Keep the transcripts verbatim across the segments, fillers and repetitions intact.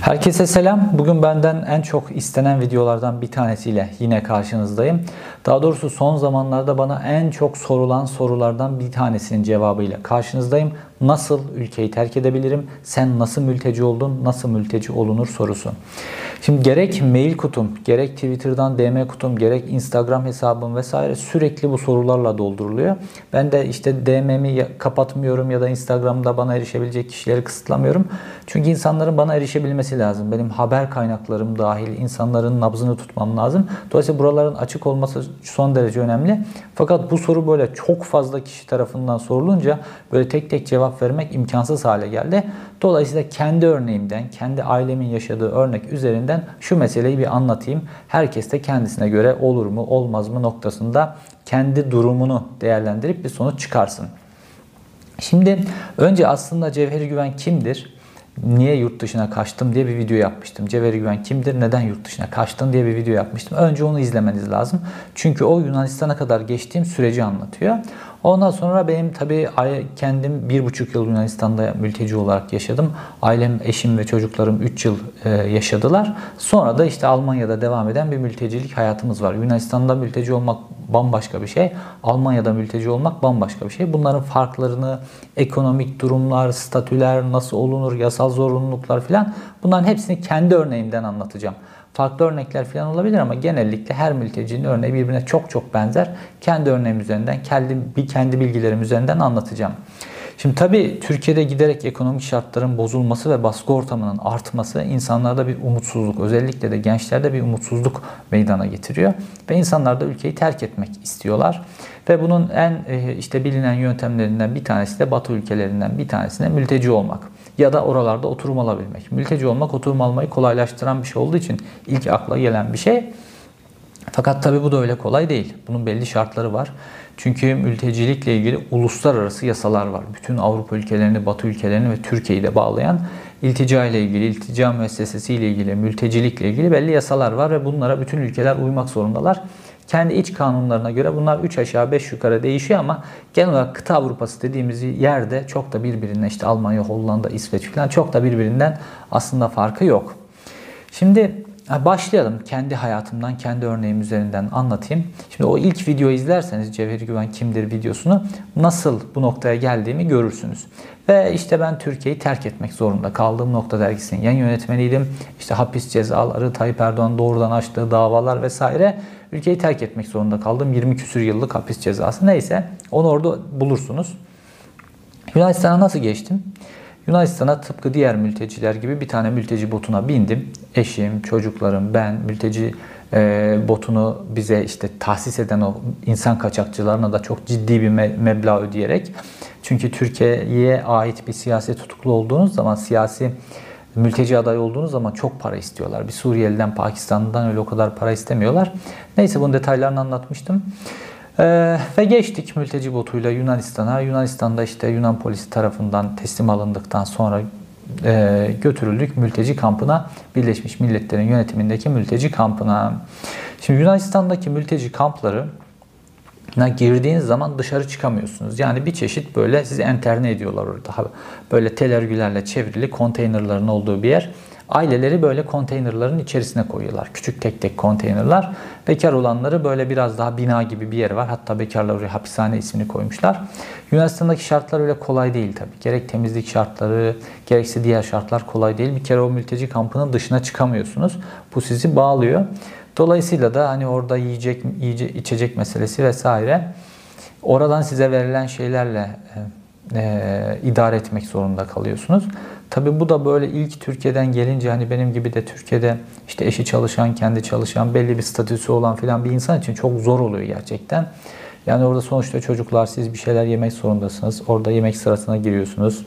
Herkese selam. Bugün benden en çok istenen videolardan bir tanesiyle yine karşınızdayım. Daha doğrusu son zamanlarda bana en çok sorulan sorulardan bir tanesinin cevabıyla karşınızdayım. Nasıl ülkeyi terk edebilirim? Sen nasıl mülteci oldun? Nasıl mülteci olunur sorusu. Şimdi gerek mail kutum, gerek Twitter'dan D M kutum, gerek Instagram hesabım vesaire sürekli bu sorularla dolduruluyor. Ben de işte D M'mi kapatmıyorum ya da Instagram'da bana erişebilecek kişileri kısıtlamıyorum. Çünkü insanların bana erişebilmesi lazım. Benim haber kaynaklarım dahil insanların nabzını tutmam lazım. Dolayısıyla buraların açık olması son derece önemli. Fakat bu soru böyle çok fazla kişi tarafından sorulunca böyle tek tek cevap vermek imkansız hale geldi. Dolayısıyla kendi örneğimden, kendi ailemin yaşadığı örnek üzerinden şu meseleyi bir anlatayım. Herkes de kendisine göre olur mu, olmaz mı noktasında kendi durumunu değerlendirip bir sonuç çıkarsın. Şimdi önce aslında Cevheri Güven kimdir? Niye yurt dışına kaçtım diye bir video yapmıştım. Cevheri Güven kimdir? Neden yurt dışına kaçtın diye bir video yapmıştım. Önce onu izlemeniz lazım. Çünkü o Yunanistan'a kadar geçtiğim süreci anlatıyor. Ondan sonra benim tabii kendim bir buçuk yıl Yunanistan'da mülteci olarak yaşadım. Ailem, eşim ve çocuklarım üç yıl yaşadılar. Sonra da işte Almanya'da devam eden bir mültecilik hayatımız var. Yunanistan'da mülteci olmak bambaşka bir şey. Almanya'da mülteci olmak bambaşka bir şey. Bunların farklarını, ekonomik durumlar, statüler, nasıl olunur, yasal zorunluluklar filan bunların hepsini kendi örneğimden anlatacağım. Farklı örnekler falan olabilir ama genellikle her mültecinin örneği birbirine çok çok benzer. Kendi örneğim üzerinden, kendi, bir kendi bilgilerim üzerinden anlatacağım. Şimdi tabii Türkiye'de giderek ekonomik şartların bozulması ve baskı ortamının artması insanlarda bir umutsuzluk, özellikle de gençlerde bir umutsuzluk meydana getiriyor. Ve insanlar da ülkeyi terk etmek istiyorlar. Ve bunun en işte bilinen yöntemlerinden bir tanesi de Batı ülkelerinden bir tanesine mülteci olmak. Ya da oralarda oturum alabilmek. Mülteci olmak oturum almayı kolaylaştıran bir şey olduğu için ilk akla gelen bir şey. Fakat tabii bu da öyle kolay değil. Bunun belli şartları var. Çünkü mültecilikle ilgili uluslararası yasalar var. Bütün Avrupa ülkelerini, Batı ülkelerini ve Türkiye'yi de bağlayan iltica ile ilgili, iltica müessesesi ile ilgili, mültecilikle ilgili belli yasalar var ve bunlara bütün ülkeler uymak zorundalar. Kendi iç kanunlarına göre bunlar üç aşağı beş yukarı değişiyor ama genel olarak kıta Avrupası dediğimiz yerde çok da birbirinden işte Almanya, Hollanda, İsveç falan çok da birbirinden aslında farkı yok. Şimdi başlayalım. Kendi hayatımdan, kendi örneğim üzerinden anlatayım. Şimdi o ilk videoyu izlerseniz Cevheri Güven kimdir videosunu nasıl bu noktaya geldiğimi görürsünüz. Ve işte ben Türkiye'yi terk etmek zorunda kaldığım Nokta Dergisi'nin yayın yönetmeniydim. İşte hapis cezaları, Tayyip Erdoğan doğrudan açtığı davalar vesaire. Ülkeyi terk etmek zorunda kaldım. yirmi küsür yıllık hapis cezası. Neyse onu orada bulursunuz. Yunanistan'a nasıl geçtim? Yunanistan'a tıpkı diğer mülteciler gibi bir tane mülteci botuna bindim. Eşim, çocuklarım, ben mülteci e, botunu bize işte tahsis eden o insan kaçakçılarına da çok ciddi bir me- meblağ ödeyerek. Çünkü Türkiye'ye ait bir siyasi tutuklu olduğunuz zaman, siyasi mülteci adayı olduğunuz zaman çok para istiyorlar. Bir Suriyeliden, Pakistan'dan öyle o kadar para istemiyorlar. Neyse bunun detaylarını anlatmıştım. Ee, ve geçtik mülteci botuyla Yunanistan'a. Yunanistan'da işte Yunan polisi tarafından teslim alındıktan sonra e, götürüldük mülteci kampına. Birleşmiş Milletler'in yönetimindeki mülteci kampına. Şimdi Yunanistan'daki mülteci kampları girdiğiniz zaman dışarı çıkamıyorsunuz. Yani bir çeşit böyle sizi enterne ediyorlar orada. Böyle tel örgülerle çevrili konteynerların olduğu bir yer. Aileleri böyle konteynerların içerisine koyuyorlar. Küçük tek tek konteynerlar. Bekar olanları böyle biraz daha bina gibi bir yer var. Hatta bekarlar oraya hapishane ismini koymuşlar. Yunanistan'daki şartlar öyle kolay değil tabii. Gerek temizlik şartları, gerekse diğer şartlar kolay değil. Bir kere o mülteci kampının dışına çıkamıyorsunuz. Bu sizi bağlıyor. Dolayısıyla da hani orada yiyecek, yiyecek içecek meselesi vesaire. Oradan size verilen şeylerle e, e, idare etmek zorunda kalıyorsunuz. Tabii bu da böyle ilk Türkiye'den gelince hani benim gibi de Türkiye'de işte eşi çalışan, kendi çalışan, belli bir statüsü olan filan bir insan için çok zor oluyor gerçekten. Yani orada sonuçta çocuklar siz bir şeyler yemek zorundasınız. Orada yemek sırasına giriyorsunuz.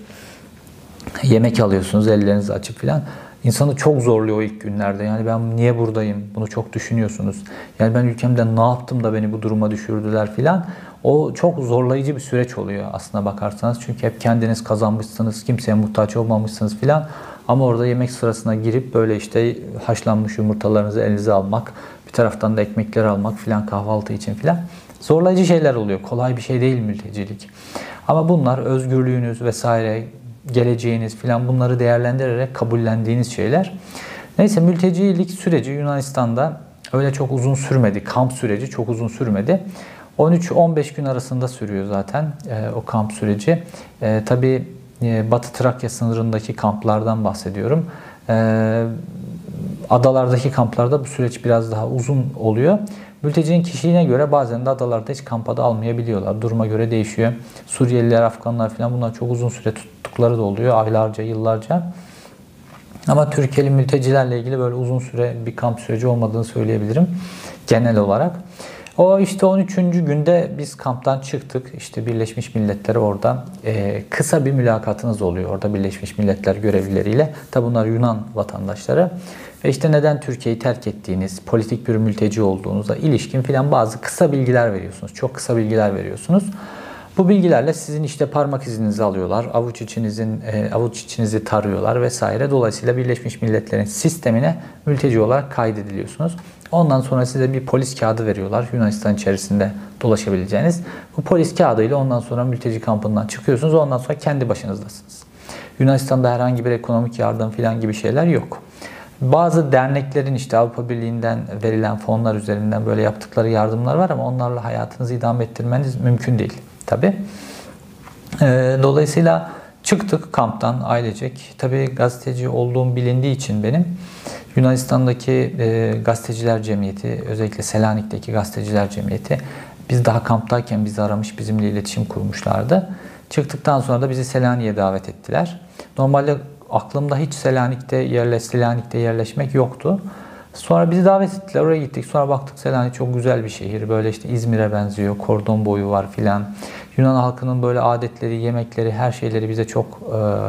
Yemek alıyorsunuz ellerinizi açıp filan. İnsanı çok zorluyor o ilk günlerde. Yani ben niye buradayım? Bunu çok düşünüyorsunuz. Yani ben ülkemde ne yaptım da beni bu duruma düşürdüler filan. O çok zorlayıcı bir süreç oluyor aslına bakarsanız. Çünkü hep kendiniz kazanmışsınız, kimseye muhtaç olmamışsınız filan. Ama orada yemek sırasına girip böyle işte haşlanmış yumurtalarınızı elinize almak, bir taraftan da ekmekleri almak filan kahvaltı için filan. Zorlayıcı şeyler oluyor. Kolay bir şey değil mültecilik. Ama bunlar özgürlüğünüz vesaire geleceğiniz filan bunları değerlendirerek kabullendiğiniz şeyler. Neyse mültecilik süreci Yunanistan'da öyle çok uzun sürmedi. Kamp süreci çok uzun sürmedi. on üç on beş gün arasında sürüyor zaten e, o kamp süreci. E, tabii e, Batı Trakya sınırındaki kamplardan bahsediyorum. E, adalardaki kamplarda bu süreç biraz daha uzun oluyor. Mültecinin kişiliğine göre bazen de adalarda hiç kampa da almayabiliyorlar. Duruma göre değişiyor. Suriyeliler, Afganlar falan bunlar çok uzun süre tuttukları da oluyor. Aylarca, yıllarca. Ama Türkiye'li mültecilerle ilgili böyle uzun süre bir kamp süreci olmadığını söyleyebilirim genel olarak. O işte on üçüncü günde biz kamptan çıktık. İşte Birleşmiş Milletler orada e, kısa bir mülakatınız oluyor orada Birleşmiş Milletler görevlileriyle. Tabi bunlar Yunan vatandaşları. Ve işte neden Türkiye'yi terk ettiğiniz, politik bir mülteci olduğunuza ilişkin filan bazı kısa bilgiler veriyorsunuz. Çok kısa bilgiler veriyorsunuz. Bu bilgilerle sizin işte parmak izinizi alıyorlar, avuç içinizin e, avuç içinizi tarıyorlar vesaire. Dolayısıyla Birleşmiş Milletler'in sistemine mülteci olarak kaydediliyorsunuz. Ondan sonra size bir polis kağıdı veriyorlar Yunanistan içerisinde dolaşabileceğiniz. Bu polis kağıdıyla ondan sonra mülteci kampından çıkıyorsunuz. Ondan sonra kendi başınızdasınız. Yunanistan'da herhangi bir ekonomik yardım falan gibi şeyler yok. Bazı derneklerin işte Avrupa Birliği'nden verilen fonlar üzerinden böyle yaptıkları yardımlar var ama onlarla hayatınızı idame ettirmeniz mümkün değil tabii. Dolayısıyla çıktık kamptan ailecek. Tabii gazeteci olduğum bilindiği için benim Yunanistan'daki e, gazeteciler cemiyeti, özellikle Selanik'teki gazeteciler cemiyeti biz daha kamptayken bizi aramış, bizimle iletişim kurmuşlardı. Çıktıktan sonra da bizi Selanik'e davet ettiler. Normalde aklımda hiç Selanik'te yerleş, Selanik'te yerleşmek yoktu. Sonra bizi davet ettiler, oraya gittik. Sonra baktık Selanik çok güzel bir şehir. Böyle işte İzmir'e benziyor, kordon boyu var filan. Yunan halkının böyle adetleri, yemekleri, her şeyleri bize çok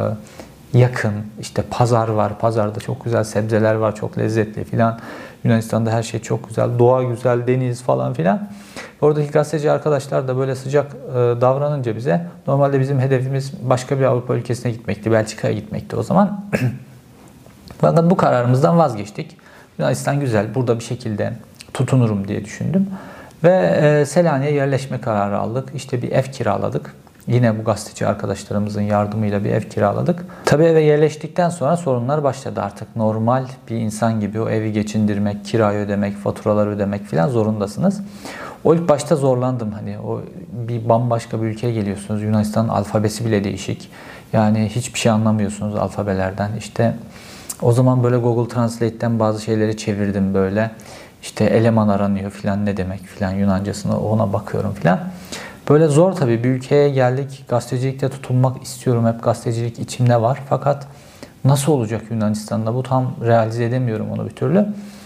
e, yakın. İşte pazar var, pazarda çok güzel sebzeler var, çok lezzetli filan. Yunanistan'da her şey çok güzel, doğa güzel, deniz falan filan. Oradaki gazeteci arkadaşlar da böyle sıcak e, davranınca bize, normalde bizim hedefimiz başka bir Avrupa ülkesine gitmekti, Belçika'ya gitmekti o zaman. Fakat bu kararımızdan vazgeçtik. Yunanistan güzel, burada bir şekilde tutunurum diye düşündüm. Ve e, Selanik'e yerleşme kararı aldık. İşte bir ev kiraladık. Yine bu gazeteci arkadaşlarımızın yardımıyla bir ev kiraladık. Tabii eve yerleştikten sonra sorunlar başladı artık. Normal bir insan gibi o evi geçindirmek, kirayı ödemek, faturaları ödemek filan zorundasınız. O ilk başta zorlandım. Hani o bir bambaşka bir ülkeye geliyorsunuz. Yunanistan'ın alfabesi bile değişik. Yani hiçbir şey anlamıyorsunuz alfabelerden. İşte o zaman böyle Google Translate'ten bazı şeyleri çevirdim böyle. İşte eleman aranıyor filan ne demek filan Yunancasına ona bakıyorum filan. Böyle zor tabii bir ülkeye geldik. Gazetecilikte tutunmak istiyorum. Hep gazetecilik içimde var. Fakat nasıl olacak Yunanistan'da? Bu tam realize edemiyorum onu bir türlü.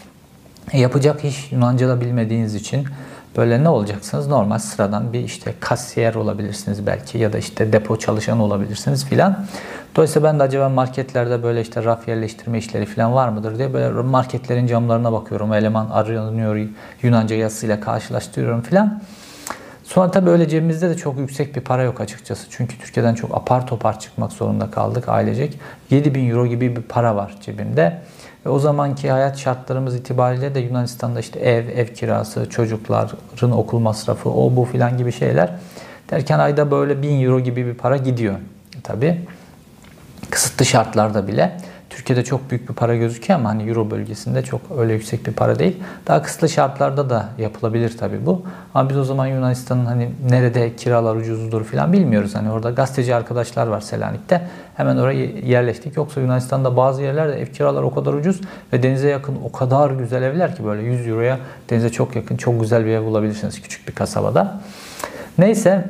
E, yapacak iş Yunanca da bilmediğiniz için böyle ne olacaksınız? Normal sıradan bir işte kasiyer olabilirsiniz belki ya da işte depo çalışanı olabilirsiniz filan. Dolayısıyla ben de acaba marketlerde böyle işte raf yerleştirme işleri filan var mıdır diye böyle marketlerin camlarına bakıyorum. Eleman aranıyor Yunanca yazısıyla karşılaştırıyorum filan. Sonra tabii öyle cebimizde de çok yüksek bir para yok açıkçası. Çünkü Türkiye'den çok apar topar çıkmak zorunda kaldık ailecek. yedi bin euro gibi bir para var cebimde. Ve o zamanki hayat şartlarımız itibariyle de Yunanistan'da işte ev, ev kirası, çocukların okul masrafı, o bu filan gibi şeyler. Derken ayda böyle bin euro gibi bir para gidiyor tabii. Kısıtlı şartlarda bile. Türkiye'de çok büyük bir para gözüküyor ama hani Euro bölgesinde çok öyle yüksek bir para değil. Daha kısıtlı şartlarda da yapılabilir tabii bu. Ama biz o zaman Yunanistan'ın hani nerede kiralar ucuzdur falan bilmiyoruz. Hani orada gazeteci arkadaşlar var Selanik'te. Hemen oraya yerleştik. Yoksa Yunanistan'da bazı yerlerde ev kiralar o kadar ucuz ve denize yakın o kadar güzel evler ki böyle yüz euroya denize çok yakın çok güzel bir ev bulabilirsiniz küçük bir kasabada. Neyse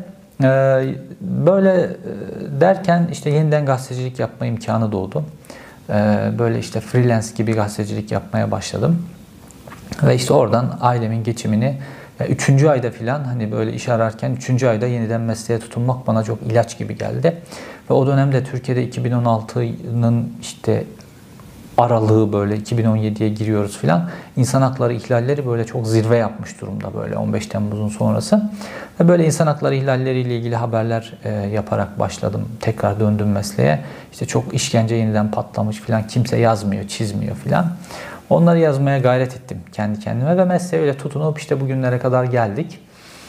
böyle derken işte yeniden gazetecilik yapma imkanı doğdu. Böyle işte freelance gibi gazetecilik yapmaya başladım. Ve işte oradan ailemin geçimini üçüncü ayda filan hani böyle iş ararken üçüncü ayda yeniden mesleğe tutunmak bana çok ilaç gibi geldi. Ve o dönemde Türkiye'de iki bin on altının işte aralığı böyle iki bin on yediye giriyoruz filan. İnsan hakları ihlalleri böyle çok zirve yapmış durumda böyle on beş Temmuz'un sonrası. Ve böyle insan hakları ihlalleriyle ilgili haberler e, yaparak başladım. Tekrar döndüm mesleğe. İşte çok işkence yeniden patlamış filan. Kimse yazmıyor, çizmiyor filan. Onları yazmaya gayret ettim kendi kendime ve mesleğe öyle tutunup işte bugünlere kadar geldik.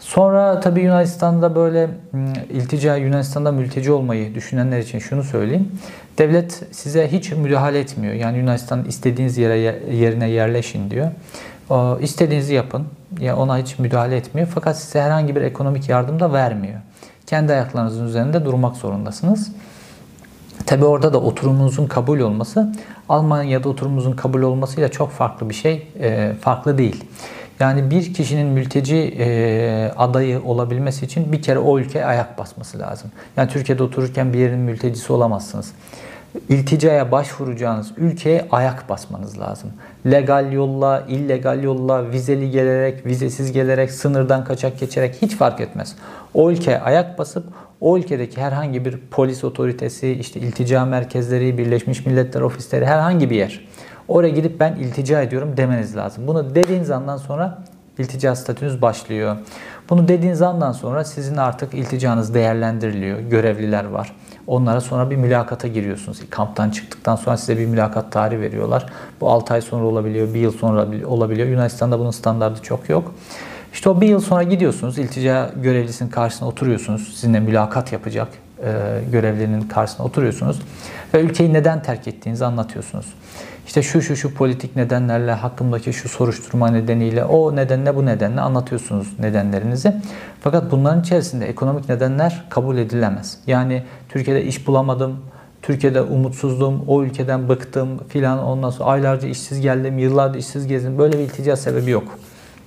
Sonra tabii Yunanistan'da böyle iltica, Yunanistan'da mülteci olmayı düşünenler için şunu söyleyeyim. Devlet size hiç müdahale etmiyor. Yani Yunanistan istediğiniz yere yerine yerleşin diyor. O, istediğinizi yapın. Ya ona hiç müdahale etmiyor. Fakat size herhangi bir ekonomik yardım da vermiyor. Kendi ayaklarınızın üzerinde durmak zorundasınız. Tabii orada da oturumunuzun kabul olması Almanya'da oturumunuzun kabul olmasıyla çok farklı bir şey, e, farklı değil. Yani bir kişinin mülteci e, adayı olabilmesi için bir kere o ülkeye ayak basması lazım. Yani Türkiye'de otururken bir yerin mültecisi olamazsınız. İlticaya başvuracağınız ülkeye ayak basmanız lazım. Legal yolla, illegal yolla, vizeli gelerek, vizesiz gelerek, sınırdan kaçak geçerek hiç fark etmez. O ülkeye ayak basıp o ülkedeki herhangi bir polis otoritesi, işte iltica merkezleri, Birleşmiş Milletler ofisleri, herhangi bir yer. Oraya gidip ben iltica ediyorum demeniz lazım. Bunu dediğiniz andan sonra iltica statünüz başlıyor. Bunu dediğiniz andan sonra sizin artık ilticanız değerlendiriliyor. Görevliler var. Onlara sonra bir mülakata giriyorsunuz. Kamptan çıktıktan sonra size bir mülakat tarihi veriyorlar. Bu altı ay sonra olabiliyor, bir yıl sonra olabiliyor. Yunanistan'da bunun standardı çok yok. İşte o bir yıl sonra gidiyorsunuz, iltica görevlisinin karşısına oturuyorsunuz. Sizinle mülakat yapacak e, görevlinin karşısına oturuyorsunuz. Ve ülkeyi neden terk ettiğinizi anlatıyorsunuz. İşte şu şu şu politik nedenlerle, hakkımdaki şu soruşturma nedeniyle, o nedenle bu nedenle anlatıyorsunuz nedenlerinizi. Fakat bunların içerisinde ekonomik nedenler kabul edilemez. Yani Türkiye'de iş bulamadım, Türkiye'de umutsuzdum, o ülkeden bıktım filan, ondan sonra aylarca işsiz geldim, yıllarca işsiz gezdim. Böyle bir iltica sebebi yok.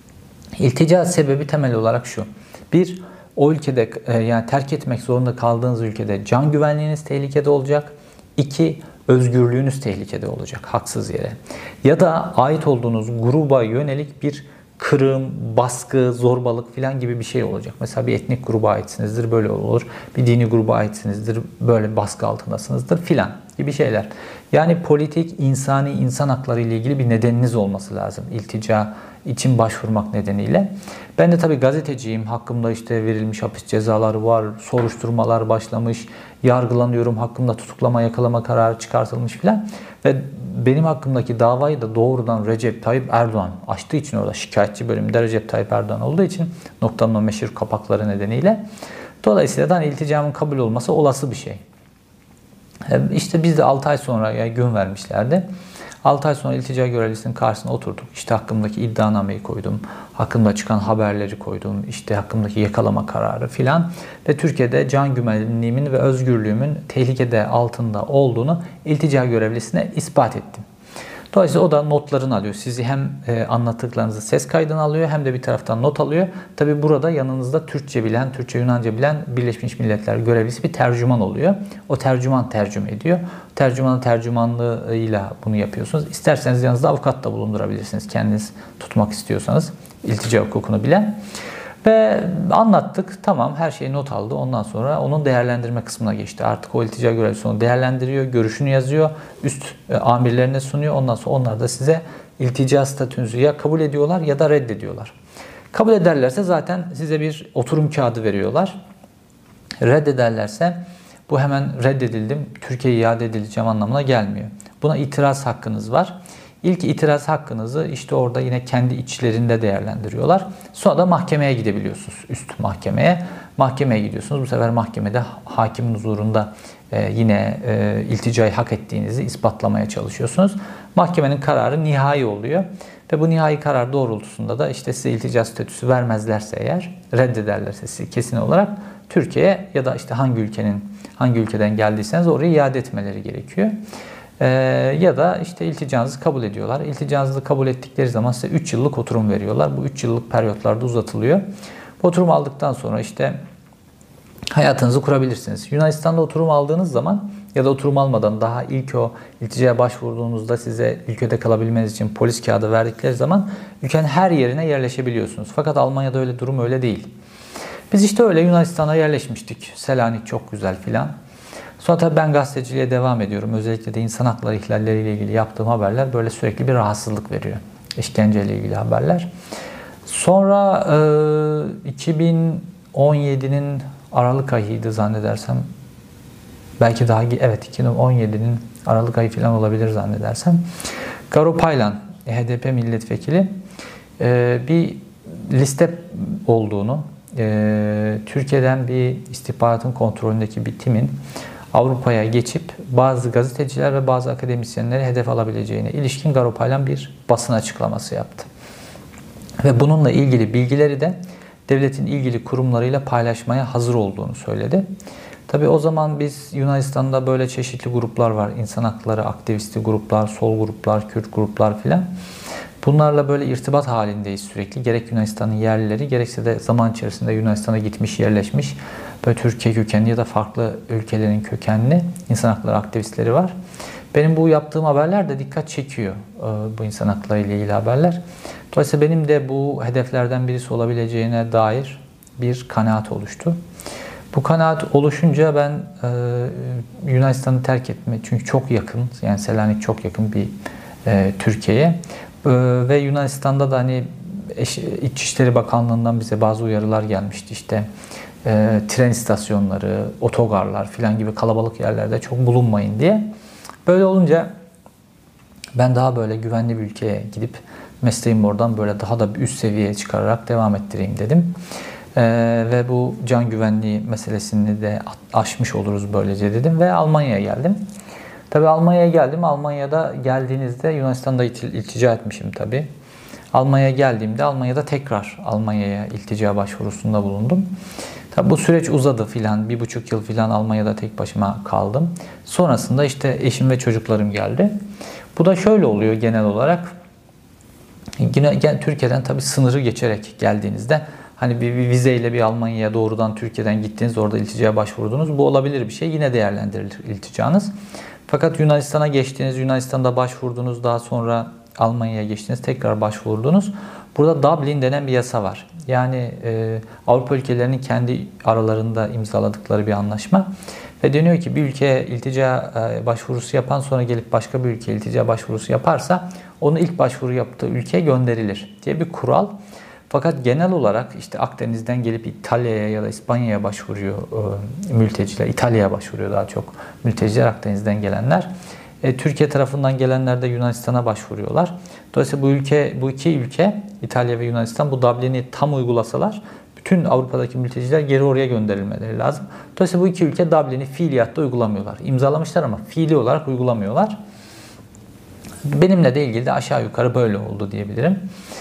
İltica sebebi temel olarak şu. Bir, o ülkede yani terk etmek zorunda kaldığınız ülkede can güvenliğiniz tehlikede olacak. İki, özgürlüğünüz tehlikede olacak haksız yere. Ya da ait olduğunuz gruba yönelik bir kırım, baskı, zorbalık filan gibi bir şey olacak. Mesela bir etnik gruba aitsinizdir, böyle olur. Bir dini gruba aitsinizdir, böyle baskı altındasınızdır filan gibi şeyler. Yani politik, insani, insan hakları ile ilgili bir nedeniniz olması lazım iltica için başvurmak nedeniyle. Ben de tabii gazeteciyim. Hakkımda işte verilmiş hapis cezaları var, soruşturmalar başlamış, yargılanıyorum, hakkımda tutuklama, yakalama kararı çıkartılmış filan. Ve benim hakkımdaki davayı da doğrudan Recep Tayyip Erdoğan açtığı için, orada şikayetçi bölümünde Recep Tayyip Erdoğan olduğu için, noktanın o meşhur kapakları nedeniyle. Dolayısıyla da ilticamın kabul olması olası bir şey. İşte biz de altı ay sonra yani gün vermişlerdi. altı ay sonra iltica görevlisinin karşısına oturduk. İşte hakkımdaki iddianameyi koydum. Hakkımda çıkan haberleri koydum. İşte hakkımdaki yakalama kararı filan. Ve Türkiye'de can güvenliğimin ve özgürlüğümün tehlikede altında olduğunu iltica görevlisine ispat ettim. Dolayısıyla o da notlarını alıyor. Sizi hem e, anlattıklarınızı ses kaydını alıyor hem de bir taraftan not alıyor. Tabi burada yanınızda Türkçe bilen, Türkçe Yunanca bilen Birleşmiş Milletler görevlisi bir tercüman oluyor. O tercüman tercüme ediyor. Tercümanın tercümanlığıyla bunu yapıyorsunuz. İsterseniz yanınızda avukat da bulundurabilirsiniz. Kendiniz tutmak istiyorsanız iltica hukukunu bilen. Ve anlattık. Tamam, her şeyi not aldı. Ondan sonra onun değerlendirme kısmına geçti. Artık o iltica görevlisi onu değerlendiriyor. Görüşünü yazıyor. Üst e, amirlerine sunuyor. Ondan sonra onlar da size iltica statünüzü ya kabul ediyorlar ya da reddediyorlar. Kabul ederlerse zaten size bir oturum kağıdı veriyorlar. Reddederlerse bu hemen reddedildim, Türkiye'ye iade edileceğim anlamına gelmiyor. Buna itiraz hakkınız var. İlk itiraz hakkınızı işte orada yine kendi içlerinde değerlendiriyorlar. Sonra da mahkemeye gidebiliyorsunuz. Üst mahkemeye. Mahkemeye gidiyorsunuz. Bu sefer mahkemede hakimin huzurunda e, yine e, ilticayı hak ettiğinizi ispatlamaya çalışıyorsunuz. Mahkemenin kararı nihai oluyor. Ve bu nihai karar doğrultusunda da işte size iltica statüsü vermezlerse eğer, reddederlerse sizi kesin olarak Türkiye'ye ya da işte hangi ülkenin hangi ülkeden geldiyseniz oraya iade etmeleri gerekiyor. Ee, ya da işte ilticanızı kabul ediyorlar. İlticanızı kabul ettikleri zaman size üç yıllık oturum veriyorlar. Bu üç yıllık periyotlarda uzatılıyor. Bu oturum aldıktan sonra işte hayatınızı kurabilirsiniz. Yunanistan'da oturum aldığınız zaman ya da oturum almadan daha ilk o ilticaya başvurduğunuzda size ülkede kalabilmeniz için polis kağıdı verdikleri zaman ülkenin her yerine yerleşebiliyorsunuz. Fakat Almanya'da öyle durum öyle değil. Biz işte öyle Yunanistan'a yerleşmiştik. Selanik çok güzel filan. Sonra tabii ben gazeteciliğe devam ediyorum. Özellikle de insan hakları ihlalleriyle ilgili yaptığım haberler böyle sürekli bir rahatsızlık veriyor. İşkenceyle ilgili haberler. Sonra e, iki bin on yedinin Aralık ayıydı zannedersem. Belki daha evet iki bin on yedinin Aralık ayı falan olabilir zannedersem. Garo Paylan, H D P milletvekili bir liste olduğunu, e, Türkiye'den bir istihbaratın kontrolündeki bir timin Avrupa'ya geçip bazı gazeteciler ve bazı akademisyenleri hedef alabileceğine ilişkin Garopaylan bir basın açıklaması yaptı. Ve bununla ilgili bilgileri de devletin ilgili kurumlarıyla paylaşmaya hazır olduğunu söyledi. Tabii o zaman biz Yunanistan'da böyle çeşitli gruplar var. İnsan hakları aktivisti gruplar, sol gruplar, Kürt gruplar filan. Bunlarla böyle irtibat halindeyiz sürekli. Gerek Yunanistan'ın yerlileri gerekse de zaman içerisinde Yunanistan'a gitmiş, yerleşmiş böyle Türkiye kökenli ya da farklı ülkelerin kökenli insan hakları aktivistleri var. Benim bu yaptığım haberler de dikkat çekiyor, bu insan hakları ile ilgili haberler. Dolayısıyla benim de bu hedeflerden birisi olabileceğine dair bir kanaat oluştu. Bu kanaat oluşunca ben e, Yunanistan'ı terk etme, çünkü çok yakın, yani Selanik çok yakın bir e, Türkiye'ye e, ve Yunanistan'da da hani eş, İçişleri Bakanlığı'ndan bize bazı uyarılar gelmişti. İşte e, tren istasyonları, otogarlar filan gibi kalabalık yerlerde çok bulunmayın diye. Böyle olunca ben daha böyle güvenli bir ülkeye gidip mesleğimi oradan böyle daha da bir üst seviyeye çıkararak devam ettireyim dedim. Ee, ve bu can güvenliği meselesini de aşmış oluruz böylece dedim ve Almanya'ya geldim. Tabii Almanya'ya geldim. Almanya'da geldiğinizde Yunanistan'da iltica etmişim tabii. Almanya'ya geldiğimde Almanya'da tekrar Almanya'ya iltica başvurusunda bulundum. Tabii bu süreç uzadı filan. Bir buçuk yıl filan Almanya'da tek başıma kaldım. Sonrasında işte eşim ve çocuklarım geldi. Bu da şöyle oluyor genel olarak. Yine Türkiye'den tabii sınırı geçerek geldiğinizde hani bir, bir vizeyle bir Almanya'ya doğrudan Türkiye'den gittiniz, orada ilticaya başvurdunuz. Bu olabilir bir şey. Yine değerlendirilir ilticanız. Fakat Yunanistan'a geçtiniz, Yunanistan'da başvurdunuz, daha sonra Almanya'ya geçtiniz, tekrar başvurdunuz. Burada Dublin denen bir yasa var. Yani e, Avrupa ülkelerinin kendi aralarında imzaladıkları bir anlaşma. Ve deniyor ki bir ülkeye iltica e, başvurusu yapan sonra gelip başka bir ülkeye iltica başvurusu yaparsa onu ilk başvuru yaptığı ülkeye gönderilir diye bir kural. Fakat genel olarak işte Akdeniz'den gelip İtalya'ya ya da İspanya'ya başvuruyor e, mülteciler. İtalya'ya başvuruyor daha çok mülteciler, Akdeniz'den gelenler. E, Türkiye tarafından gelenler de Yunanistan'a başvuruyorlar. Dolayısıyla bu ülke, bu iki ülke İtalya ve Yunanistan bu Dublin'i tam uygulasalar bütün Avrupa'daki mülteciler geri oraya gönderilmeleri lazım. Dolayısıyla bu iki ülke Dublin'i fiiliyatta uygulamıyorlar. İmzalamışlar ama fiili olarak uygulamıyorlar. Benimle de ilgili de aşağı yukarı böyle oldu diyebilirim.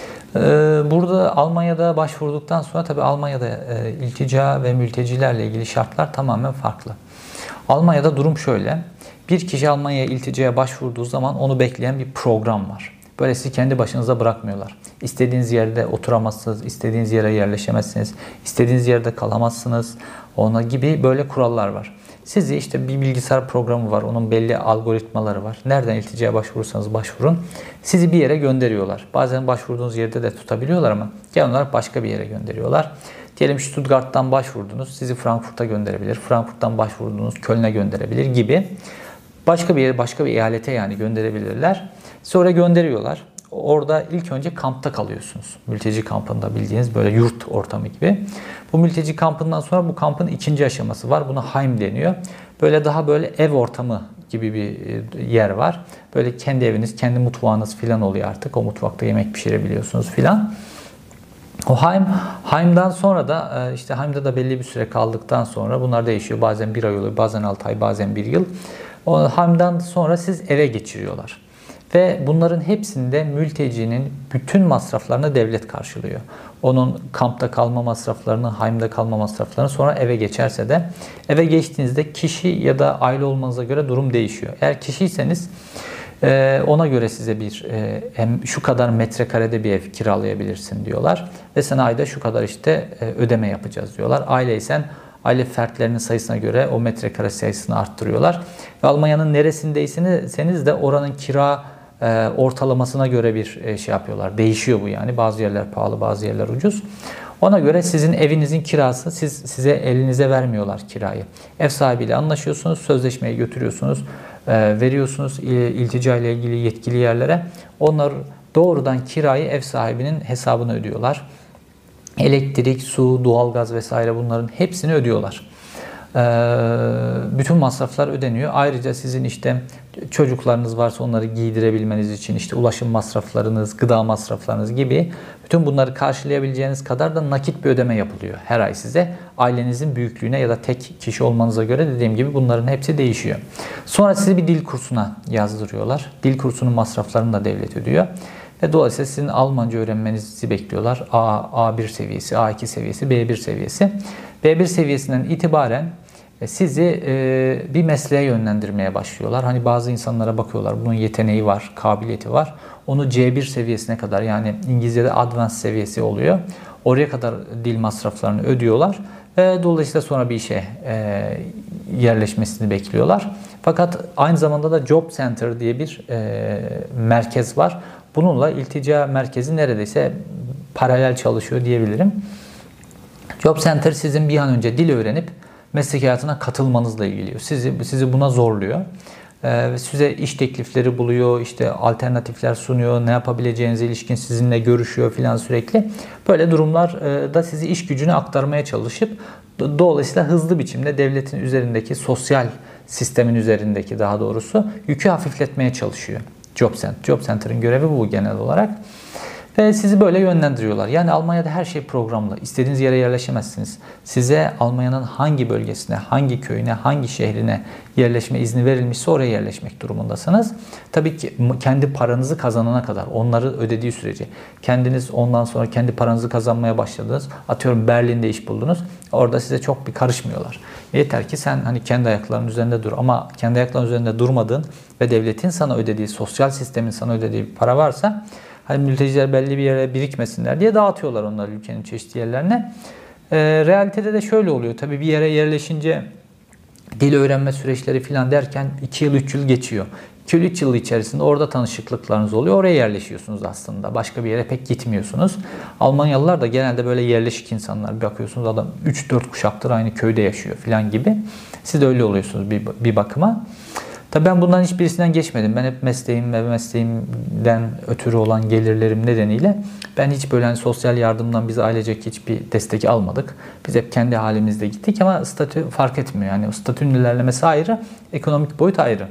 Burada Almanya'da başvurduktan sonra tabii Almanya'da iltica ve mültecilerle ilgili şartlar tamamen farklı. Almanya'da durum şöyle. Bir kişi Almanya'ya ilticaya başvurduğu zaman onu bekleyen bir program var. Böyle sizi kendi başınıza bırakmıyorlar. İstediğiniz yerde oturamazsınız, istediğiniz yere yerleşemezsiniz, istediğiniz yerde kalamazsınız. Ona gibi böyle kurallar var. Sizi işte bir bilgisayar programı var, onun belli algoritmaları var. Nereden ilticaya başvurursanız başvurun. Sizi bir yere gönderiyorlar. Bazen başvurduğunuz yerde de tutabiliyorlar ama genel olarak başka bir yere gönderiyorlar. Diyelim Stuttgart'tan başvurdunuz, sizi Frankfurt'a gönderebilir. Frankfurt'tan başvurdunuz, Köln'e gönderebilir gibi. Başka bir yere, başka bir eyalete yani gönderebilirler. Sonra gönderiyorlar. Orada ilk önce kampta kalıyorsunuz. Mülteci kampında bildiğiniz böyle yurt ortamı gibi. Bu mülteci kampından sonra bu kampın ikinci aşaması var. Buna Heim deniyor. Böyle daha böyle ev ortamı gibi bir yer var. Böyle kendi eviniz, kendi mutfağınız filan oluyor artık. O mutfakta yemek pişirebiliyorsunuz filan. O Heim, Heim'dan sonra da işte Heim'de de belli bir süre kaldıktan sonra bunlar değişiyor. Bazen bir ay oluyor, bazen altı ay, bazen bir yıl. O Heim'den sonra siz eve geçiriyorlar. Ve bunların hepsinde mültecinin bütün masraflarını devlet karşılıyor. Onun kampta kalma masraflarını, Heim'de kalma masraflarını, sonra eve geçerse de eve geçtiğinizde kişi ya da aile olmanıza göre durum değişiyor. Eğer kişiyseniz ona göre size bir hem şu kadar metrekarede bir ev kiralayabilirsin diyorlar. Ve sana ayda şu kadar işte ödeme yapacağız diyorlar. Aileysen aile fertlerinin sayısına göre o metrekare sayısını arttırıyorlar. Ve Almanya'nın neresindeyseniz de oranın kira e, ortalamasına göre bir e, şey yapıyorlar. Değişiyor bu yani. Bazı yerler pahalı, bazı yerler ucuz. Ona göre sizin evinizin kirası siz size elinize vermiyorlar kirayı. Ev sahibiyle anlaşıyorsunuz, sözleşmeyi götürüyorsunuz, e, veriyorsunuz e, iltica ile ilgili yetkili yerlere. Onlar doğrudan kirayı ev sahibinin hesabına ödüyorlar. Elektrik, su, doğalgaz vesaire bunların hepsini ödüyorlar. Ee, bütün masraflar ödeniyor. Ayrıca sizin işte çocuklarınız varsa onları giydirebilmeniz için işte ulaşım masraflarınız, gıda masraflarınız gibi bütün bunları karşılayabileceğiniz kadar da nakit bir ödeme yapılıyor her ay size. Ailenizin büyüklüğüne ya da tek kişi olmanıza göre dediğim gibi bunların hepsi değişiyor. Sonra sizi bir dil kursuna yazdırıyorlar. Dil kursunun masraflarını da devlet ödüyor. Ve dolayısıyla sizin Almanca öğrenmenizi bekliyorlar. A, A bir seviyesi, A iki seviyesi, B bir seviyesi. B bir seviyesinden itibaren sizi e, bir mesleğe yönlendirmeye başlıyorlar. Hani bazı insanlara bakıyorlar, bunun yeteneği var, kabiliyeti var. Onu C bir seviyesine kadar, yani İngilizce'de advanced seviyesi oluyor. Oraya kadar dil masraflarını ödüyorlar. Ve dolayısıyla sonra bir işe e, yerleşmesini bekliyorlar. Fakat aynı zamanda da Job Center diye bir e, merkez var. Bununla iltica merkezi neredeyse paralel çalışıyor diyebilirim. Job Center sizin bir an önce dil öğrenip meslek hayatına katılmanızla ilgiliyor. Sizi sizi buna zorluyor. Ee, size iş teklifleri buluyor, işte alternatifler sunuyor, ne yapabileceğinize ilişkin sizinle görüşüyor filan sürekli. Böyle durumlar e, da sizi iş gücüne aktarmaya çalışıp dolayısıyla hızlı biçimde devletin üzerindeki, sosyal sistemin üzerindeki daha doğrusu yükü hafifletmeye çalışıyor. Job Center. Job Center'ın görevi bu genel olarak. Ve sizi böyle yönlendiriyorlar. Yani Almanya'da her şey programlı. İstediğiniz yere yerleşemezsiniz. Size Almanya'nın hangi bölgesine, hangi köyüne, hangi şehrine yerleşme izni verilmişse oraya yerleşmek durumundasınız. Tabii ki kendi paranızı kazanana kadar, onları ödediği sürece. Kendiniz ondan sonra kendi paranızı kazanmaya başladınız. Atıyorum Berlin'de iş buldunuz. Orada size çok bir karışmıyorlar. Yeter ki sen hani kendi ayaklarının üzerinde dur. Ama kendi ayaklarının üzerinde durmadığın ve devletin sana ödediği, sosyal sistemin sana ödediği bir para varsa, hani mülteciler belli bir yere birikmesinler diye dağıtıyorlar onları ülkenin çeşitli yerlerine. E, realitede de şöyle oluyor. Tabii bir yere yerleşince dil öğrenme süreçleri falan derken iki yıl üç yıl geçiyor. iki yıl üç yıl içerisinde orada tanışıklıklarınız oluyor. Oraya yerleşiyorsunuz aslında. Başka bir yere pek gitmiyorsunuz. Almanyalılar da genelde böyle yerleşik insanlar. Bakıyorsunuz adam üç dört kuşaktır aynı köyde yaşıyor falan gibi. Siz de öyle oluyorsunuz bir, bir bakıma. Tabii ben bundan hiçbirisinden geçmedim. Ben hep mesleğim ve mesleğimden ötürü olan gelirlerim nedeniyle ben hiç böyle hani sosyal yardımdan biz ailecek hiçbir destek almadık. Biz hep kendi halimizde gittik ama statü fark etmiyor. Yani statünün ilerlemesi ayrı, ekonomik boyut ayrı.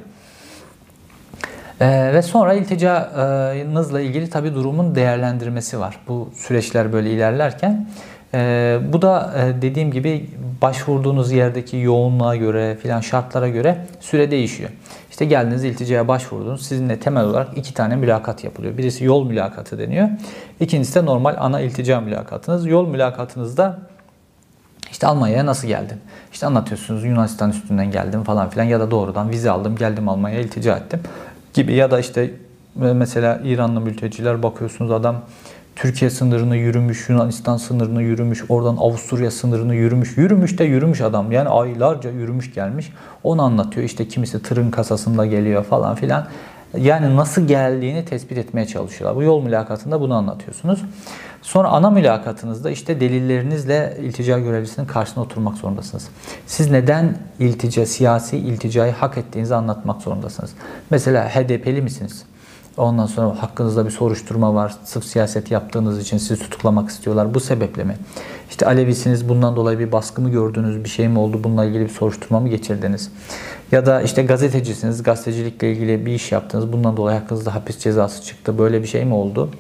Ee, ve sonra ilticanızla ilgili tabii durumun değerlendirmesi var. Bu süreçler böyle ilerlerken. Ee, bu da e, dediğim gibi başvurduğunuz yerdeki yoğunluğa göre filan şartlara göre süre değişiyor. İşte geldiniz ilticaya başvurdunuz. Sizinle temel olarak iki tane mülakat yapılıyor. Birisi yol mülakatı deniyor. İkincisi de normal ana iltica mülakatınız. Yol mülakatınızda işte Almanya'ya nasıl geldin? İşte anlatıyorsunuz Yunanistan üstünden geldim falan filan ya da doğrudan vize aldım geldim Almanya'ya iltica ettim gibi ya da işte mesela İranlı mülteciler bakıyorsunuz adam Türkiye sınırını yürümüş, Yunanistan sınırını yürümüş, oradan Avusturya sınırını yürümüş. Yürümüş de yürümüş adam. Yani aylarca yürümüş gelmiş. Onu anlatıyor. İşte kimisi tırın kasasında geliyor falan filan. Yani nasıl geldiğini tespit etmeye çalışıyorlar. Bu yol mülakatında bunu anlatıyorsunuz. Sonra ana mülakatınızda işte delillerinizle iltica görevlisinin karşısına oturmak zorundasınız. Siz neden iltica, siyasi ilticayı hak ettiğinizi anlatmak zorundasınız. Mesela H D P'li misiniz? Ondan sonra hakkınızda bir soruşturma var. Sırf siyaset yaptığınız için sizi tutuklamak istiyorlar. Bu sebeple mi? İşte Alevisiniz. Bundan dolayı bir baskı mı gördünüz? Bir şey mi oldu? Bununla ilgili bir soruşturma mı geçirdiniz? Ya da işte gazetecisiniz. Gazetecilikle ilgili bir iş yaptınız. Bundan dolayı hakkınızda hapis cezası çıktı. Böyle bir şey mi oldu?